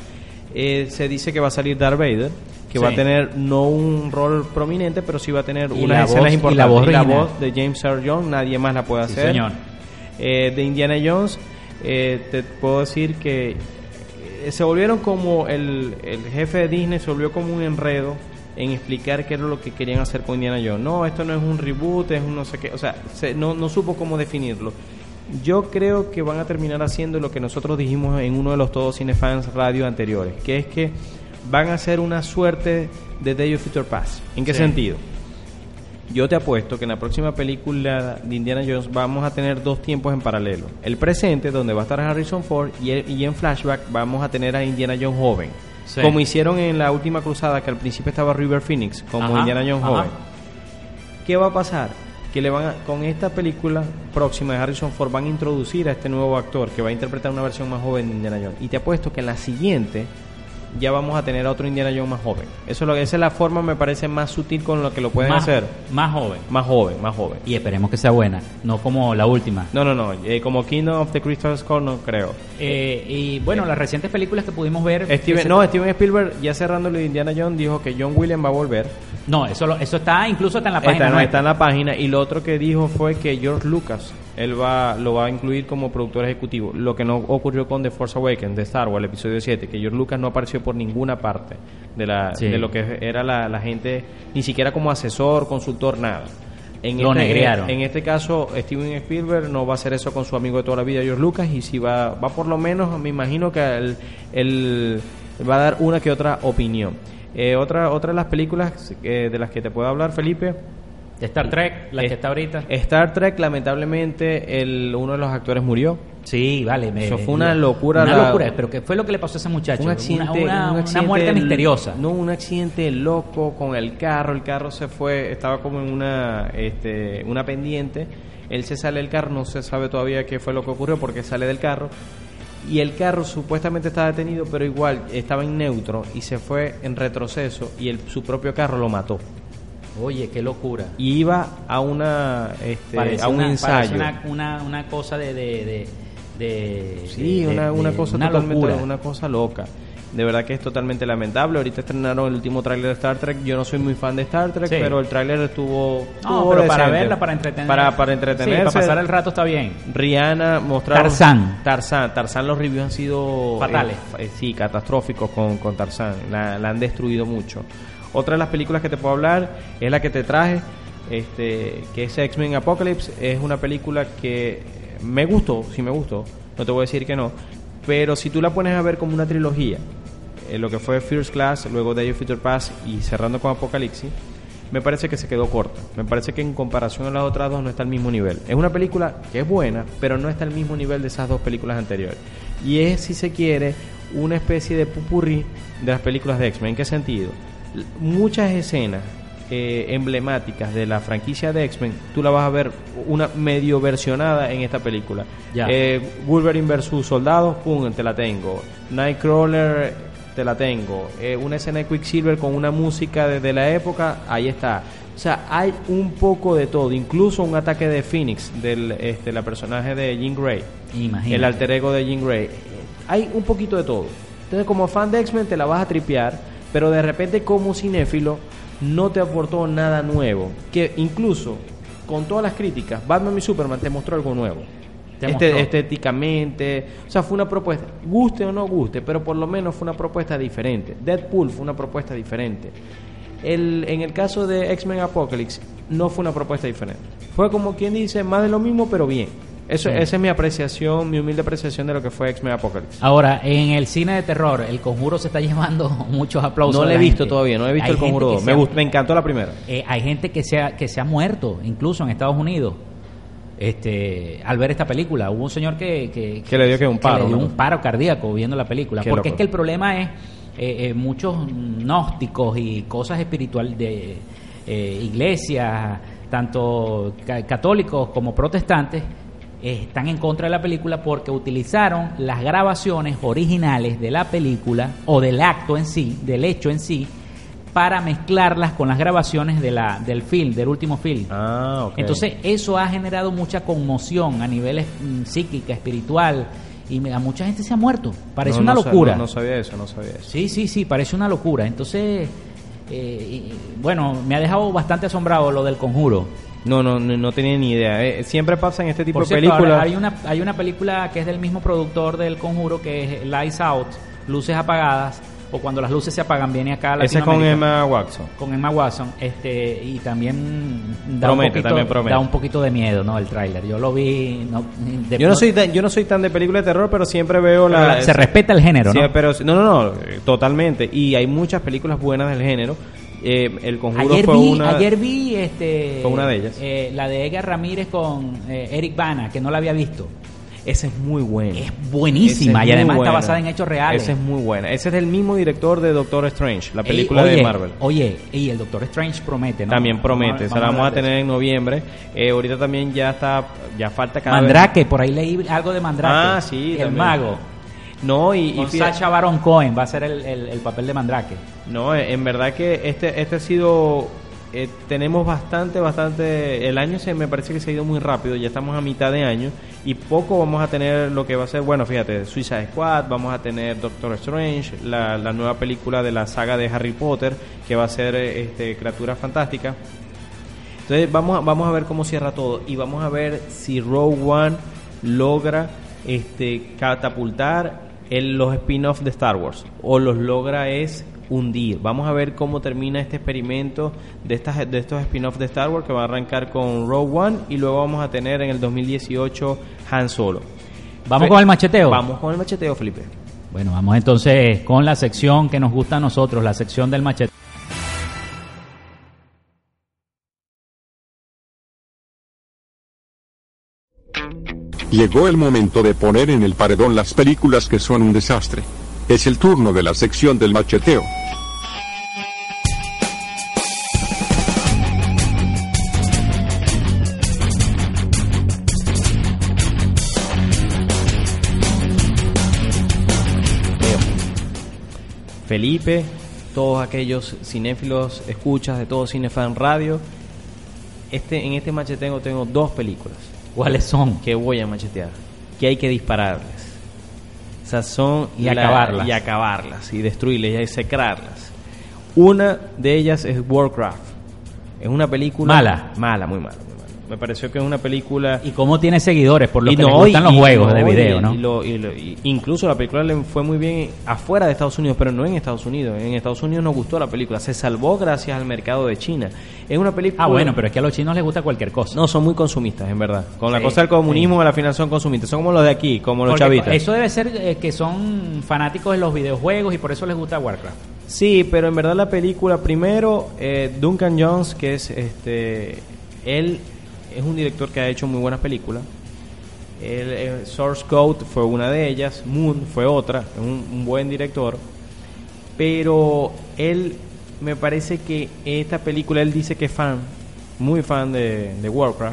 Se dice que va a salir Darth Vader, que va a tener no un rol prominente, pero sí va a tener unas escenas importantes. Y la voz de James Earl Jones, nadie más la puede hacer. Señor. De Indiana Jones, te puedo decir que se volvieron como el jefe de Disney, se volvió como un enredo en explicar qué era lo que querían hacer con Indiana Jones. No, esto no es un reboot, es un no sé qué. O sea, no supo cómo definirlo. Yo creo que van a terminar haciendo lo que nosotros dijimos en uno de los Todos Cinefans radio anteriores, que es que van a hacer una suerte de Day of Future Past. ¿En qué sentido? Yo te apuesto que en la próxima película de Indiana Jones vamos a tener 2 tiempos en paralelo. El presente, donde va a estar Harrison Ford, y en flashback vamos a tener a Indiana Jones joven. Sí. Como hicieron en la última cruzada, que al principio estaba River Phoenix como Indiana Jones joven. ¿Qué va a pasar? Que con esta película próxima de Harrison Ford van a introducir a este nuevo actor que va a interpretar una versión más joven de Indiana Jones. Y te apuesto que en la siguiente ya vamos a tener a otro Indiana Jones más joven. Esa es la forma, me parece, más sutil con lo que lo pueden hacer. Más joven. Más joven. Y esperemos que sea buena, no como la última. No. Como Kingdom of the Crystal Skull no creo. Y bueno, las recientes películas que pudimos ver... Steven Spielberg, ya cerrando lo de Indiana Jones, dijo que John Williams va a volver. No, eso está incluso está en la página. Está en la página. Y lo otro que dijo fue que George Lucas, lo va a incluir como productor ejecutivo. Lo que no ocurrió con The Force Awakens de Star Wars, el episodio 7, que George Lucas no apareció por ninguna parte de lo que era la gente, ni siquiera como asesor, consultor, nada. Negrearon. En este caso, Steven Spielberg no va a hacer eso con su amigo de toda la vida, George Lucas, y si va por lo menos, me imagino que él va a dar una que otra opinión. Otra de las películas de las que te puedo hablar, Felipe, Star Trek, que está ahorita. Star Trek, lamentablemente, uno de los actores murió. Sí, vale. Eso fue una locura. Pero ¿qué fue lo que le pasó a ese muchacho? Un accidente, una muerte misteriosa. No, un accidente loco con el carro. El carro se fue, estaba como en una pendiente. Él se sale del carro, no se sabe todavía qué fue lo que ocurrió porque sale del carro. Y el carro supuestamente estaba detenido, pero igual estaba en neutro y se fue en retroceso y su propio carro lo mató. Oye, qué locura. Y iba a un ensayo. Una cosa una cosa totalmente locura. Una cosa loca. De verdad que es totalmente lamentable. Ahorita estrenaron el último tráiler de Star Trek. Yo no soy muy fan de Star Trek, pero el tráiler estuvo pero decente. para verla, para entretenerse. Para entretenerse. Sí, para pasar el rato está bien. Rihanna mostraron... Tarzán, los reviews han sido... fatales. Catastróficos con Tarzán. La han destruido mucho. Otra de las películas que te puedo hablar es la que te traje, que es X-Men Apocalypse. Es una película que me gustó, no te voy a decir que no, pero si tú la pones a ver como una trilogía, lo que fue First Class, luego Day of Future Past y cerrando con Apocalipsis, me parece que se quedó corta. Me parece que en comparación a las otras dos no está al mismo nivel. Es una película que es buena, pero no está al mismo nivel de esas dos películas anteriores. Y es, si se quiere, una especie de popurrí de las películas de X-Men. ¿En qué sentido? Muchas escenas emblemáticas de la franquicia de X-Men, tú la vas a ver una medio versionada en esta película. Wolverine versus Soldados, pum, te la tengo. Nightcrawler, te la tengo. Una escena de Quicksilver con una música de la época, ahí está. O sea, hay un poco de todo, incluso un ataque de Phoenix, la personaje de Jean Grey. Imagínate. El alter ego de Jean Grey. Hay un poquito de todo. Entonces, como fan de X-Men te la vas a tripear, pero de repente como cinéfilo no te aportó nada nuevo. Que incluso, con todas las críticas, Batman y Superman te mostró algo nuevo. Estéticamente, o sea, fue una propuesta, guste o no guste, pero por lo menos fue una propuesta diferente. Deadpool fue una propuesta diferente. En el caso de X-Men Apocalypse no fue una propuesta diferente, fue como quien dice más de lo mismo pero bien. Esa es mi apreciación, mi humilde apreciación de lo que fue X-Men Apocalypse. Ahora, en el cine de terror, El Conjuro se está llevando muchos aplausos. No lo he visto todavía, no he visto El Conjuro 2. Me encantó la primera. Hay gente que se ha muerto, incluso en Estados Unidos, al ver esta película. Hubo un señor que le dio un paro, un paro cardíaco viendo la película. Porque loco. Es que el problema es muchos gnósticos y cosas espirituales de iglesias, tanto católicos como protestantes, están en contra de la película porque utilizaron las grabaciones originales de la película o del acto en sí, del hecho en sí, para mezclarlas con las grabaciones del último film. Okay. Entonces eso ha generado mucha conmoción a niveles psíquica, espiritual, y a mucha gente se ha muerto. Parece una locura. No sabía eso. Sí, parece una locura. Entonces, bueno, me ha dejado bastante asombrado lo del Conjuro. No tenía ni idea. Siempre pasa en este tipo de películas. Hay una película que es del mismo productor del Conjuro, que es Lights Out, Luces Apagadas, o Cuando las luces se apagan, viene acá a Latinoamérica. Ese es con Emma Watson. Con Emma Watson, y también da un poquito de miedo, ¿no? El tráiler. Yo lo vi. Yo no soy tan de película de terror, pero siempre veo se respeta el género, ¿no? Pero no, totalmente. Y hay muchas películas buenas del género. El Conjuro ayer vi fue una de ellas, la de Edgar Ramírez con Eric Bana, que no la había visto. Esa es muy buena. Es buenísima y además está basada en hechos reales. Esa es muy buena. Ese es del mismo director de Doctor Strange, la película de Marvel. Oye, y el Doctor Strange promete, ¿no? También promete. La vamos a tener en noviembre. Ahorita también ya falta cada Mandrake, por ahí leí algo de Mandrake. Sí, el mago. No, con Sacha Baron Cohen va a ser el papel de Mandrake. No, en verdad que este ha sido... tenemos bastante... El año me parece que se ha ido muy rápido. Ya estamos a mitad de año. Y poco vamos a tener lo que va a ser... Bueno, fíjate, Suicide Squad. Vamos a tener Doctor Strange. La nueva película de la saga de Harry Potter, que va a ser Criatura Fantástica. Entonces vamos a ver cómo cierra todo. Y vamos a ver si Rogue One logra catapultar los spin-offs de Star Wars, o los logra hundir. Vamos a ver cómo termina este experimento de estos spin-offs de Star Wars, que va a arrancar con Rogue One y luego vamos a tener en el 2018 Han Solo. ¿Vamos con el macheteo? Vamos con el macheteo, Felipe. Bueno, vamos entonces con la sección que nos gusta a nosotros, la sección del macheteo. Llegó el momento de poner en el paredón las películas que son un desastre. Es el turno de la sección del macheteo. Felipe, todos aquellos cinéfilos, escuchas de todo Cinefan Radio, en este macheteo tengo dos películas. ¿Cuáles son? Que voy a machetear, que hay que dispararles. O sea, acabarlas y destruirlas y execrarlas. Una de ellas es Warcraft. Es una película muy mala. Me pareció que es una película... ¿Y cómo tiene seguidores? Por lo que les gustan los juegos de video, ¿no? Incluso la película le fue muy bien afuera de Estados Unidos, pero no en Estados Unidos. En Estados Unidos nos gustó la película. Se salvó gracias al mercado de China. Es una película... bueno, pero es que a los chinos les gusta cualquier cosa. No, son muy consumistas, en verdad. Con la cosa del comunismo, a la final son consumistas. Son como los de aquí, como los chavitas. Eso debe ser que son fanáticos de los videojuegos y por eso les gusta Warcraft. Sí, pero en verdad la película, primero, Duncan Jones, que es él... Es un director que ha hecho muy buenas películas. Source Code fue una de ellas, Moon fue otra, un buen director, pero él me parece que esta película, él dice que es muy fan de Warcraft.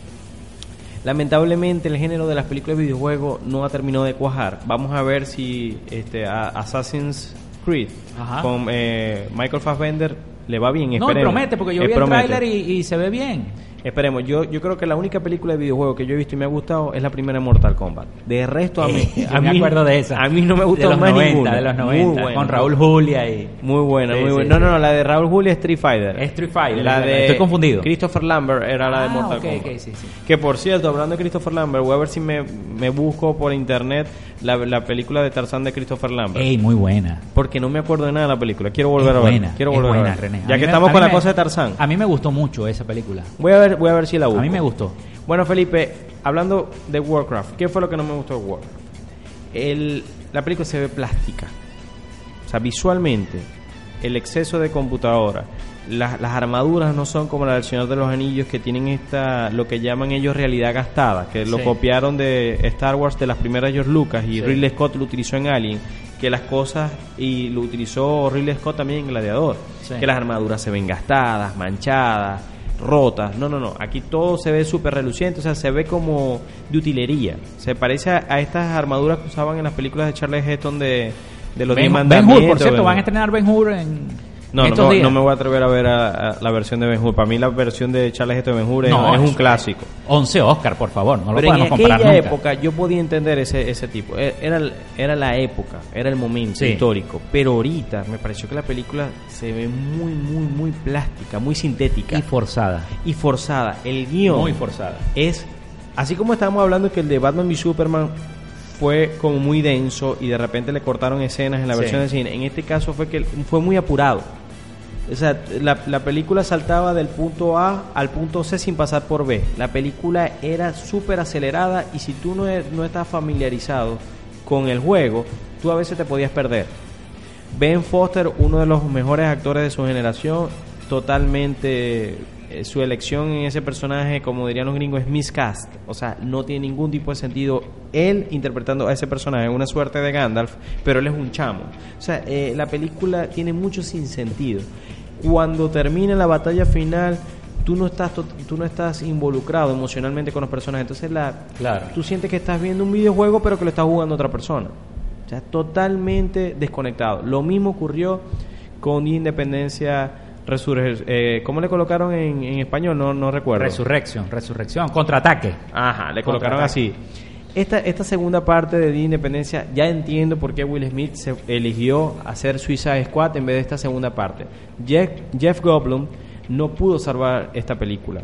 Lamentablemente el género de las películas de videojuegos no ha terminado de cuajar. Vamos a ver si Assassin's Creed con Michael Fassbender le va bien. No, promete, porque yo vi el tráiler y se ve bien. Esperemos. Yo creo que la única película de videojuego que yo he visto y me ha gustado es la primera de Mortal Kombat. De resto, a mí me acuerdo de esa. A mí no me gustó más ninguna. De los 90, muy buena, con Raúl Julia y... Muy buena, muy buena. No, la de Raúl Julia es Street Fighter. Es Street Fighter. La de estoy confundido. Christopher Lambert era la de Mortal Kombat. Sí. Que por cierto, hablando de Christopher Lambert, voy a ver si me busco por internet la película de Tarzán de Christopher Lambert. Muy buena. Porque no me acuerdo de nada de la película. Quiero volver a ver. Quiero volver a ver. René. Ya que estamos con la cosa de Tarzán. A mí me gustó mucho esa película. Voy a ver si la busco. A mí me gustó. Bueno, Felipe, hablando de Warcraft, ¿qué fue lo que no me gustó de Warcraft? La película se ve plástica. O sea, visualmente, el exceso de computadora, las armaduras no son como la del Señor de los Anillos, que tienen lo que llaman ellos realidad gastada, que lo copiaron de Star Wars, de las primeras George Lucas, y Ridley Scott lo utilizó en Alien, que las cosas, y lo utilizó Ridley Scott también en Gladiador, que las armaduras se ven gastadas, manchadas, rotas. No, aquí todo se ve súper reluciente, o sea, se ve como de utilería. Se parece a estas armaduras que usaban en las películas de Charles Heston de los 10 mandamientos. Ben-Hur, por cierto, van a estrenar Ben-Hur en... No me voy a atrever a ver a la versión de Ben-Hur. Para mí la versión de Charles Heston de Ben-Hur es un clásico. 11 Oscar, por favor, no pero lo podemos comparar nunca. En aquella época yo podía entender ese tipo. Era la época, era el momento histórico. Pero ahorita me pareció que la película se ve muy, muy, muy plástica, muy sintética. Y forzada. El guión muy forzada. Es, así como estábamos hablando que el de Batman v Superman fue como muy denso y de repente le cortaron escenas en la versión de cine. En este caso fue muy apurado. O sea, la película saltaba del punto A al punto C sin pasar por B. La película era súper acelerada y si tú no estás familiarizado con el juego, tú a veces te podías perder. Ben Foster, uno de los mejores actores de su generación, totalmente su elección en ese personaje, como dirían los gringos, es miscast. O sea, no tiene ningún tipo de sentido él interpretando a ese personaje, una suerte de Gandalf, pero él es un chamo. O sea, la película tiene mucho sinsentido. Cuando termina la batalla final, tú no estás involucrado emocionalmente con los personajes. Entonces tú sientes que estás viendo un videojuego, pero que lo está jugando otra persona. O sea, totalmente desconectado. Lo mismo ocurrió con Independencia ¿cómo le colocaron en español? No recuerdo. Resurrección, contraataque. Ajá, le colocaron así. Esta segunda parte de Independencia, ya entiendo por qué Will Smith se eligió hacer Suicide Squad en vez de esta segunda parte. Jeff Goldblum no pudo salvar esta película.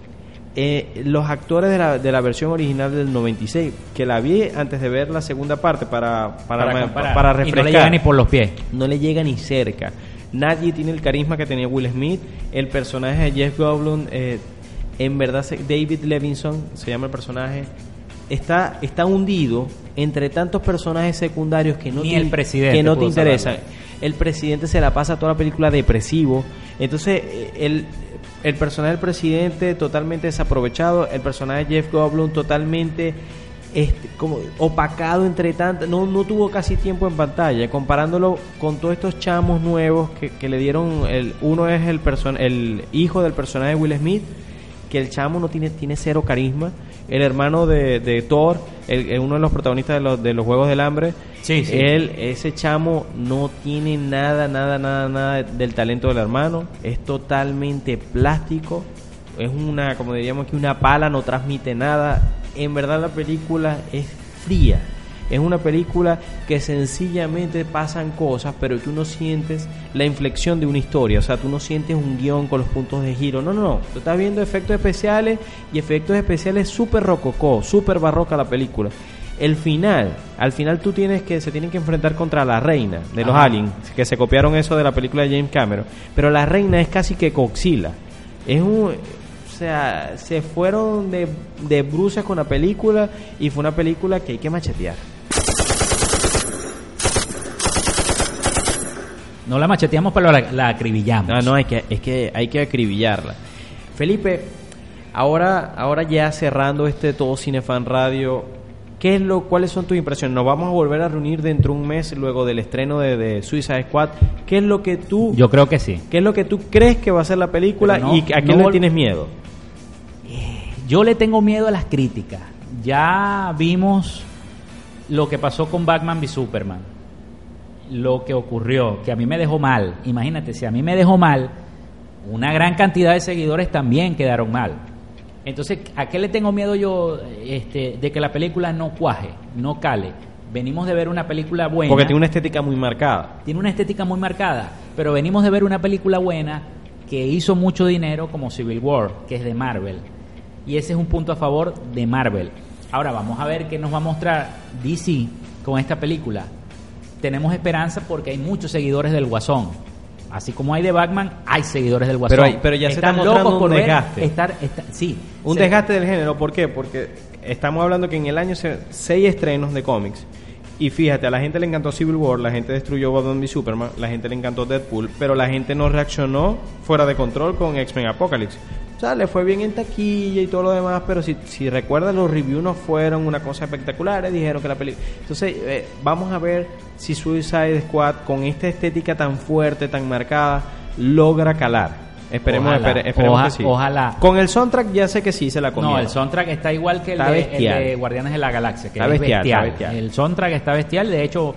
Los actores de la versión original del 96, que la vi antes de ver la segunda parte para refrescar. Y no le llega ni por los pies. No le llega ni cerca. Nadie tiene el carisma que tenía Will Smith. El personaje de Jeff Goldblum, en verdad, David Levinson se llama el personaje, está hundido entre tantos personajes secundarios que no te interesan. El presidente se la pasa toda la película depresivo. Entonces el personaje del presidente totalmente desaprovechado, el personaje de Jeff Goldblum totalmente como opacado entre tantas, no tuvo casi tiempo en pantalla, comparándolo con todos estos chamos nuevos que le dieron. Uno es el hijo del personaje de Will Smith, que el chamo no tiene cero carisma. El hermano de Thor, uno de los protagonistas de los Juegos del Hambre, ese chamo no tiene nada del talento del hermano. Es totalmente plástico. Es como diríamos que una pala, no transmite nada. En verdad la película es fría. Es una película que sencillamente pasan cosas, pero tú no sientes la inflexión de una historia. O sea, tú no sientes un guión con los puntos de giro. No. Tú estás viendo efectos especiales y efectos especiales súper rococó, súper barroca la película. Al final tú se tienen que enfrentar contra la reina de los aliens, que se copiaron eso de la película de James Cameron. Pero la reina es casi que Godzilla. O sea, se fueron de bruces con la película y fue una película que hay que machetear. No la macheteamos, pero la acribillamos. Es que hay que acribillarla. Felipe, Ahora ya cerrando todo Cinefan Radio, ¿cuáles son tus impresiones? Nos vamos a volver a reunir dentro de un mes luego del estreno de Suicide Squad. ¿Qué es lo que tú... Yo creo que sí. ¿Qué es lo que tú crees que va a ser la película y a qué le tienes miedo? Yo le tengo miedo a las críticas. Ya vimos lo que pasó con Batman v Superman. Lo que ocurrió, que a mí me dejó mal. Imagínate, si a mí me dejó mal, una gran cantidad de seguidores también quedaron mal. Entonces, ¿a qué le tengo miedo yo de que la película no cuaje, no cale? Venimos de ver una película buena. Porque tiene una estética muy marcada. Tiene una estética muy marcada, pero venimos de ver una película buena que hizo mucho dinero como Civil War, que es de Marvel. Y ese es un punto a favor de Marvel. Ahora vamos a ver qué nos va a mostrar DC con esta película. Tenemos esperanza porque hay muchos seguidores del Guasón. Así como hay de Batman, hay seguidores del Guasón. Pero ya se está mostrando un desgaste. Sí. Un desgaste del género. ¿Por qué? Porque estamos hablando que en el año 6 estrenos de cómics. Y fíjate, a la gente le encantó Civil War, la gente destruyó Batman v Superman, la gente le encantó Deadpool, pero la gente no reaccionó fuera de control con X-Men Apocalypse. O sea, le fue bien en taquilla y todo lo demás, pero si recuerdas, los reviews no fueron una cosa espectacular, dijeron que la película... Entonces, vamos a ver si Suicide Squad, con esta estética tan fuerte, tan marcada, logra calar. Esperemos que sí. Ojalá. Con el soundtrack ya sé que sí se la comieron. No, el soundtrack está igual que el de Guardianes de la Galaxia, que está es bestial. bestial. El soundtrack está bestial. De hecho,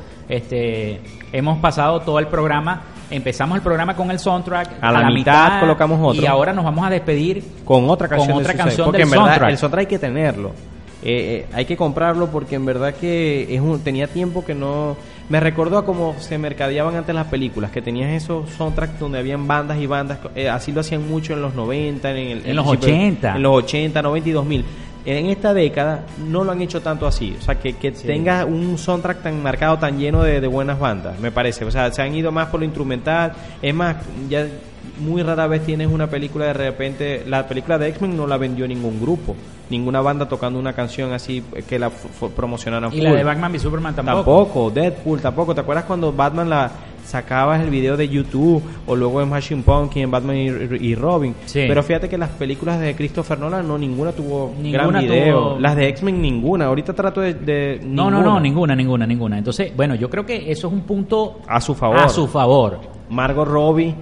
hemos pasado todo el programa. Empezamos el programa con el soundtrack. A la mitad colocamos otro. Y ahora nos vamos a despedir con otra canción porque en verdad soundtrack. El soundtrack hay que tenerlo. Hay que comprarlo porque en verdad que tenía tiempo que no... Me recordó a cómo se mercadeaban antes las películas, que tenías esos soundtracks donde habían bandas y bandas, así lo hacían mucho en los 90, en los 80. En los 80, 90 y 2000. En esta década no lo han hecho tanto así, o sea, que sí, tenga un soundtrack tan marcado, tan lleno de buenas bandas, me parece. O sea, se han ido más por lo instrumental. Es más, ya muy rara vez tienes una película de repente... La película de X-Men no la vendió ningún grupo, ninguna banda tocando una canción así que la promocionaran full. Y la de Batman v Superman tampoco. Deadpool tampoco. ¿Te acuerdas cuando Batman sacabas el video de YouTube o luego en Smashing Pumpkins, en Batman y Robin? Sí. Pero fíjate que las películas de Christopher Nolan ninguna tuvo gran video. Las de X-Men ninguna. Ahorita trato de ninguna. Entonces, bueno, yo creo que eso es un punto a su favor. Margot Robbie,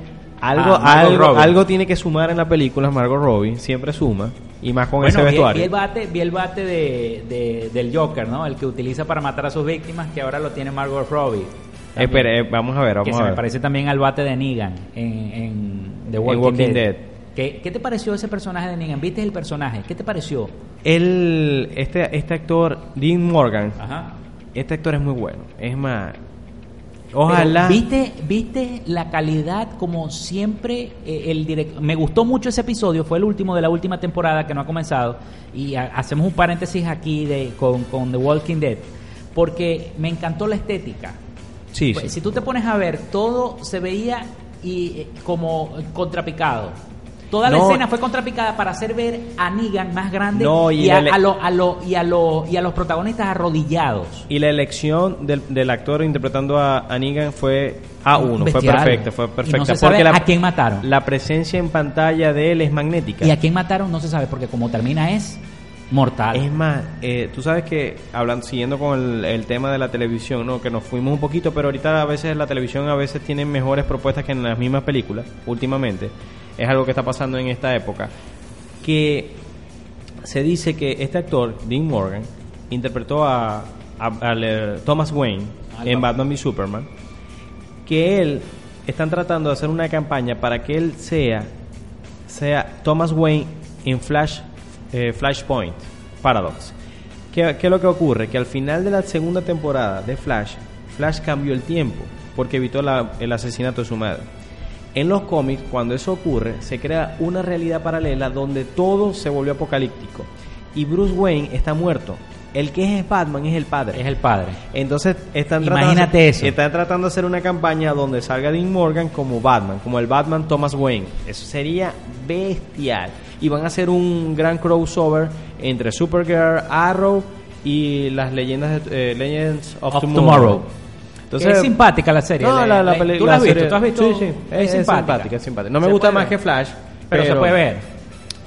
algo tiene que sumar en la película. Margot Robbie siempre suma, y más con ese vestuario. Vi el bate del Joker, ¿no? El que utiliza para matar a sus víctimas, que ahora lo tiene Margot Robbie. Vamos a ver. Me parece también al bate de Negan en The Walking Dead. ¿Qué te pareció ese personaje de Negan? ¿Viste el personaje? ¿Qué te pareció? Este actor, Dean Morgan. Ajá. Este actor es muy bueno. Es más, ojalá. ¿Viste la calidad como siempre? El director. Me gustó mucho ese episodio. Fue el último de la última temporada que no ha comenzado. Y hacemos un paréntesis aquí con The Walking Dead, porque me encantó la estética. Sí, pues, sí. Si tú te pones a ver, todo se veía como contrapicado. Toda la escena fue contrapicada para hacer ver a Negan más grande y a los protagonistas arrodillados. Y la elección del actor interpretando a Negan fue A1, fue perfecta. Y no se sabe a quién mataron. La presencia en pantalla de él es magnética. ¿Y a quién mataron? No se sabe, porque como termina es mortal. Es más, tú sabes que, siguiendo con el tema de la televisión, ¿no? Que nos fuimos un poquito, pero ahorita a veces la televisión tiene mejores propuestas que en las mismas películas, últimamente. Es algo que está pasando en esta época. Que se dice que este actor, Dean Morgan, interpretó a Thomas Wayne en Batman v Superman. Que están tratando de hacer una campaña para que él sea Thomas Wayne en Flashpoint Paradox. ¿Qué es lo que ocurre? Que al final de la segunda temporada de Flash cambió el tiempo porque evitó el asesinato de su madre. En los cómics, cuando eso ocurre, se crea una realidad paralela donde todo se volvió apocalíptico y Bruce Wayne está muerto. El que es Batman es el padre. Es el padre. Entonces están tratando de hacer una campaña donde salga Dean Morgan como Batman, como el Batman Thomas Wayne. Eso sería bestial. Y van a hacer un gran crossover entre Supergirl, Arrow y las leyendas de Legends of Tomorrow. Entonces, es simpática la serie. No, ¿Tú la has visto? ¿Tú has visto? Sí. Es simpática. No me gusta más que Flash, pero se puede ver.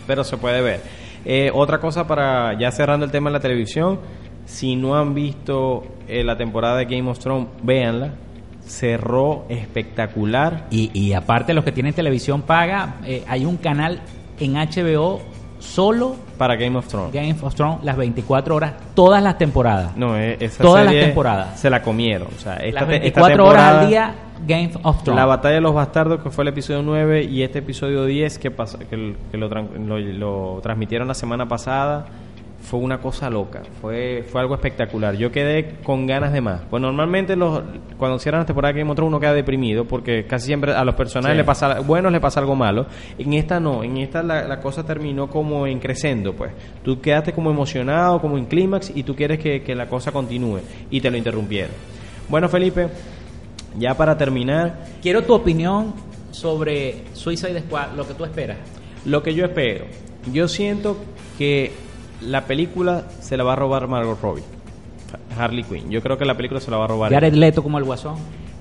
pero se puede ver. Otra cosa para ya cerrando el tema de la televisión, si no han visto la temporada de Game of Thrones, véanla. Cerró espectacular. Y aparte los que tienen televisión paga, hay un canal en HBO solo para Game of Thrones. Las 24 horas, todas las temporadas. No, todas las temporadas. Se la comieron. O sea, las 24 horas al día, Game of Thrones. La batalla de los bastardos, que fue el episodio 9, y este episodio 10, que lo transmitieron la semana pasada, fue una cosa loca. Fue algo espectacular. Yo quedé con ganas de más. Pues normalmente cuando cierran la temporada de Game of Thrones uno queda deprimido porque casi siempre a los personajes le pasa algo malo. En esta no. En esta la cosa terminó como en crescendo, pues. Tú quedaste como emocionado, como en clímax, y tú quieres que la cosa continúe. Y te lo interrumpieron. Bueno, Felipe, ya para terminar, quiero tu opinión sobre Suicide Squad, lo que tú esperas. Lo que yo espero. Yo siento que la película se la va a robar Margot Robbie, Harley Quinn. Yo creo que la película se la va a robar. Jared Leto como el Guasón.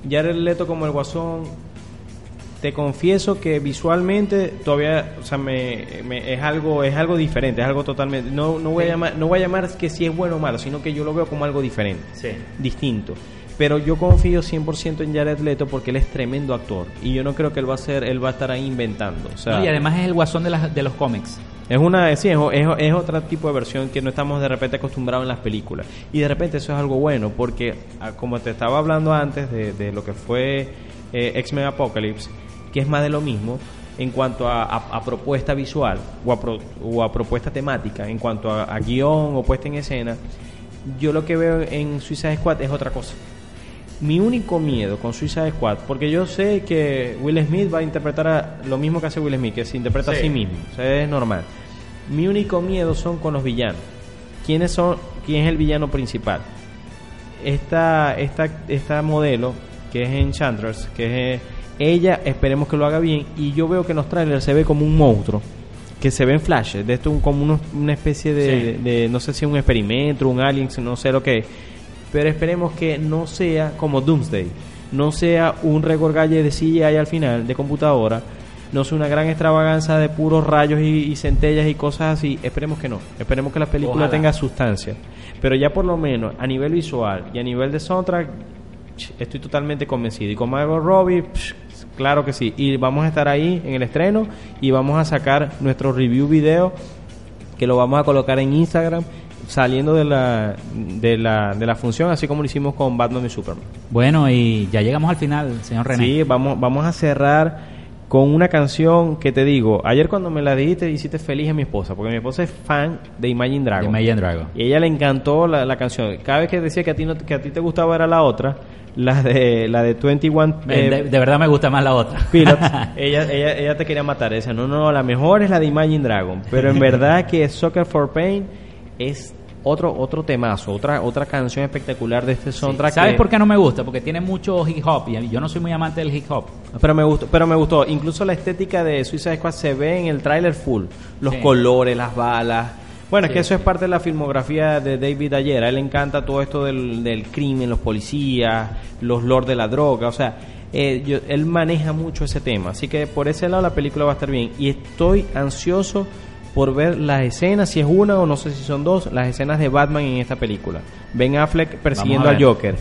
Te confieso que visualmente todavía, o sea, es algo diferente, es algo totalmente. No voy a llamar que si es bueno o malo, sino que yo lo veo como algo diferente, distinto. Pero yo confío 100% en Jared Leto porque él es tremendo actor y yo no creo que él va a estar ahí inventando. O sea, y además es el Guasón de los cómics. Es otro tipo de versión que no estamos de repente acostumbrados en las películas. Y de repente eso es algo bueno porque, como te estaba hablando antes de lo que fue X-Men Apocalypse, que es más de lo mismo en cuanto a propuesta visual o a propuesta temática, en cuanto a guión o puesta en escena, yo lo que veo en Suicide Squad es otra cosa. Mi único miedo con Suicide Squad, porque yo sé que Will Smith va a interpretar lo mismo que hace Will Smith, que se interpreta a sí mismo, o sea, es normal. Mi único miedo son con los villanos. ¿Quién es el villano principal? Esta modelo, que es Enchantress, que es ella, esperemos que lo haga bien, y yo veo que en los trailers se ve como un monstruo, que se ve en flashes, de esto como una especie de no sé si un experimento, un alien, no sé lo que es. Pero esperemos que no sea como Doomsday, no sea un regorgalle de CGI al final, de computadora, no sea una gran extravaganza de puros rayos y centellas y cosas así. Esperemos que no, esperemos que la película tenga sustancia. Pero ya por lo menos a nivel visual y a nivel de soundtrack, estoy totalmente convencido. Y con Margot Robbie, claro que sí. Y vamos a estar ahí en el estreno y vamos a sacar nuestro review video, que lo vamos a colocar en Instagram, saliendo de la función, así como lo hicimos con Batman y Superman. Bueno, y ya llegamos al final, señor René. Sí, vamos a cerrar con una canción que te digo, ayer cuando me la dijiste hiciste feliz a mi esposa, porque mi esposa es fan de Imagine Dragon. Y a ella le encantó la canción. Cada vez que decía que a ti te gustaba era la otra, la de 21 de verdad me gusta más la otra. Pilots, ella te quería matar. Esa no, la mejor es la de Imagine Dragon, pero en verdad que Sucker for Pain es otro temazo, otra canción espectacular de este soundtrack. Sí. ¿Sabes por qué no me gusta? Porque tiene mucho hip hop y yo no soy muy amante del hip hop. Pero me gustó. Incluso la estética de Suicide Squad se ve en el tráiler full. Los colores, las balas. Bueno, es que eso es parte de la filmografía de David Ayer. A él le encanta todo esto del crimen, los policías, los lords de la droga. O sea, él maneja mucho ese tema. Así que por ese lado la película va a estar bien. Y estoy ansioso por ver las escenas, si es una o no sé si son dos, las escenas de Batman en esta película. Ben Affleck persiguiendo al Joker.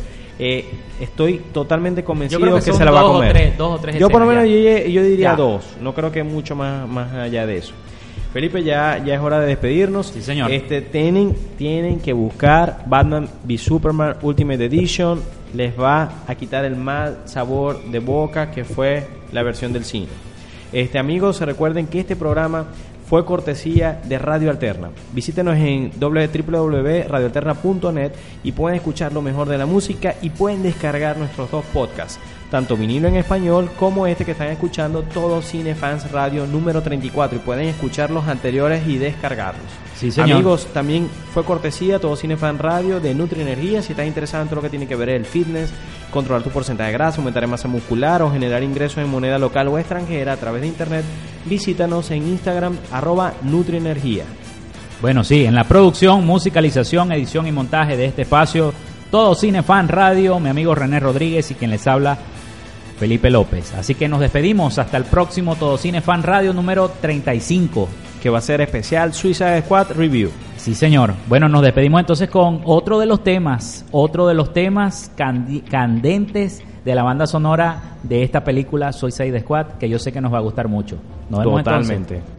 Estoy totalmente convencido que se la va a comer. Dos o tres yo por lo menos yo diría dos. No creo que mucho más allá de eso. Felipe, ya es hora de despedirnos. Sí, señor. Tienen que buscar Batman v Superman Ultimate Edition. Les va a quitar el mal sabor de boca que fue la versión del cine. Amigos, recuerden que este programa fue cortesía de Radio Alterna. Visítenos en www.radioalterna.net y pueden escuchar lo mejor de la música y pueden descargar nuestros dos podcasts, tanto vinilo en español como este que están escuchando, Todo Cinefans Radio número 34, y pueden escuchar los anteriores y descargarlos. Sí, señor. Amigos, también fue cortesía Todo Cinefans Radio de Nutri Energía. Si estás interesado en todo lo que tiene que ver el fitness, controlar tu porcentaje de grasa, aumentar masa muscular o generar ingresos en moneda local o extranjera a través de internet, visítanos en Instagram @NutriEnergía. Bueno, sí, en la producción, musicalización, edición y montaje de este espacio, Todo Cinefan Radio, mi amigo René Rodríguez y quien les habla, Felipe López. Así que nos despedimos hasta el próximo Todo Cinefan Radio número 35. que va a ser especial Suicide Squad Review. Sí, señor. Bueno, nos despedimos entonces con otro de los temas candentes de la banda sonora de esta película Suicide Squad, que yo sé que nos va a gustar mucho. Nos vemos Totalmente. Entonces.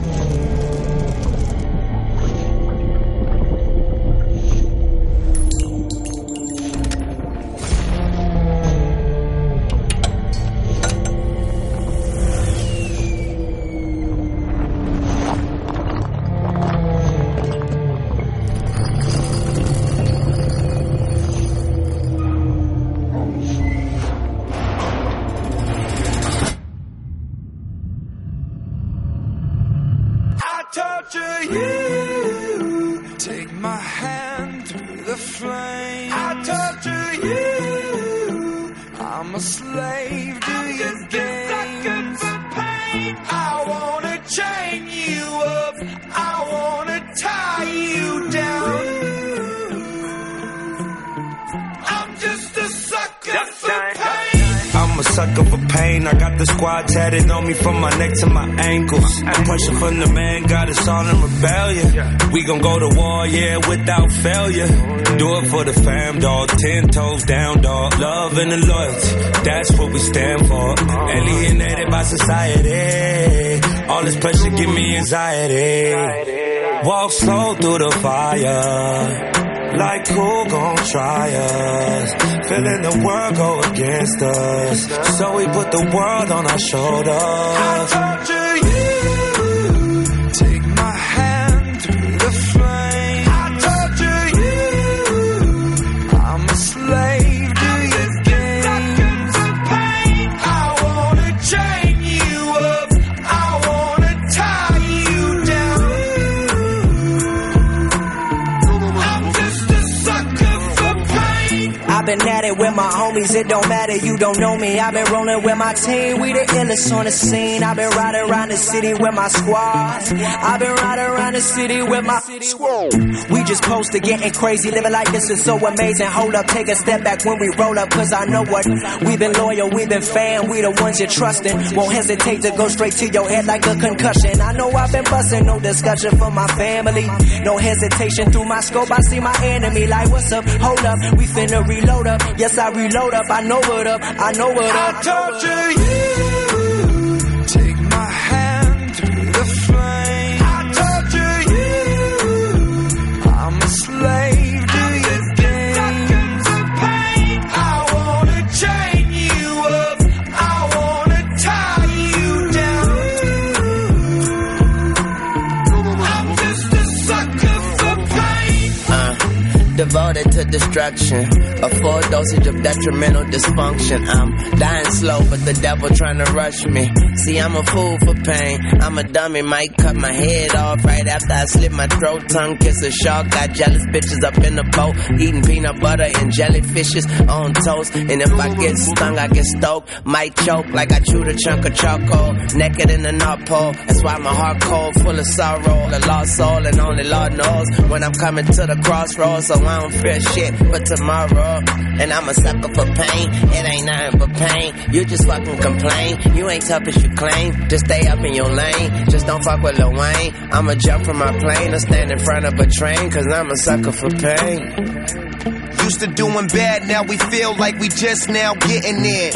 Sucker for pain, I got the squad tatted on me from my neck to my ankles. The pressure from the man got us all in rebellion. We gon' go to war, yeah, without failure. Do it for the fam, dog, 10 toes down, dog. Love and the loyalty, that's what we stand for. Alienated by society, all this pressure give me anxiety. Walk slow through the fire, like who gon' try us? Feeling the world go against us, so we put the world on our shoulders. I torture you, take my hand through the flame. I torture you, I'm a slave to your games. I wanna chain you up, I wanna tie you down. I'm just a sucker for pain. I've been at it with my homies, it don't matter, you don't know me. I've been rolling with my team, we the illest on the scene. I've been riding around the city with my squad. I've been riding around the city with my squad. We just close to getting crazy, living like this is so amazing. Hold up, take a step back when we roll up, cause I know what. We've been loyal, we've been fan, we the ones you're trusting. Won't hesitate to go straight to your head like a concussion. I know I've been busting, no discussion for my family. No hesitation, through my scope I see my enemy. Like what's up, hold up, we finna reload up. Yes, I reload up, I know what up, I know what up. I torture you, take my hand through the flame. I torture you, I'm a slave to your games. I wanna chain you up, I wanna tie you down. I'm just a sucker for pain. Devoted to destruction, a full dosage of detrimental dysfunction. I'm dying slow, but the devil trying to rush me. See, I'm a fool for pain. I'm a dummy, might cut my head off right after I slit my throat. Tongue kiss a shark, got jealous bitches up in the boat, eating peanut butter and jellyfishes on toast. And if I get stung, I get stoked, might choke like I chewed a chunk of charcoal. Naked in the North Pole, that's why my heart cold, full of sorrow. A lost soul, and only Lord knows when I'm coming to the crossroads. So I don't fear shit but tomorrow. And I'm a sucker for pain, it ain't nothing but pain. You just fucking complain, you ain't tough as you claim. Just stay up in your lane, just don't fuck with Lil Wayne. I'ma jump from my plane or stand in front of a train, cause I'm a sucker for pain. Used to doing bad, now we feel like we just now getting there.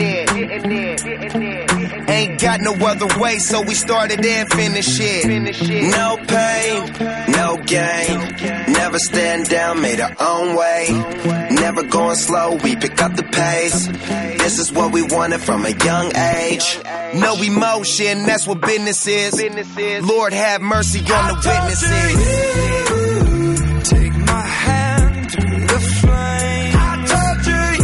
Ain't got no other way, so we started and finished it. No pain, no gain. Never stand down, made our own way. Never going slow, we pick up the pace. This is what we wanted from a young age. No emotion, that's what business is. Lord have mercy on the witnesses. Take my hand through the flame. I torture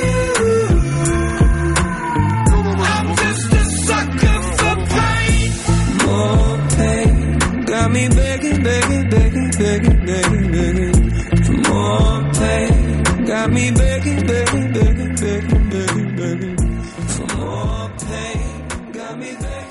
you. I'm just a sucker for pain. More pain, got me begging, begging, begging, begging, begging, begging. For more pain, got me begging, begging, begging, begging, begging, begging. For more pain, got me begging.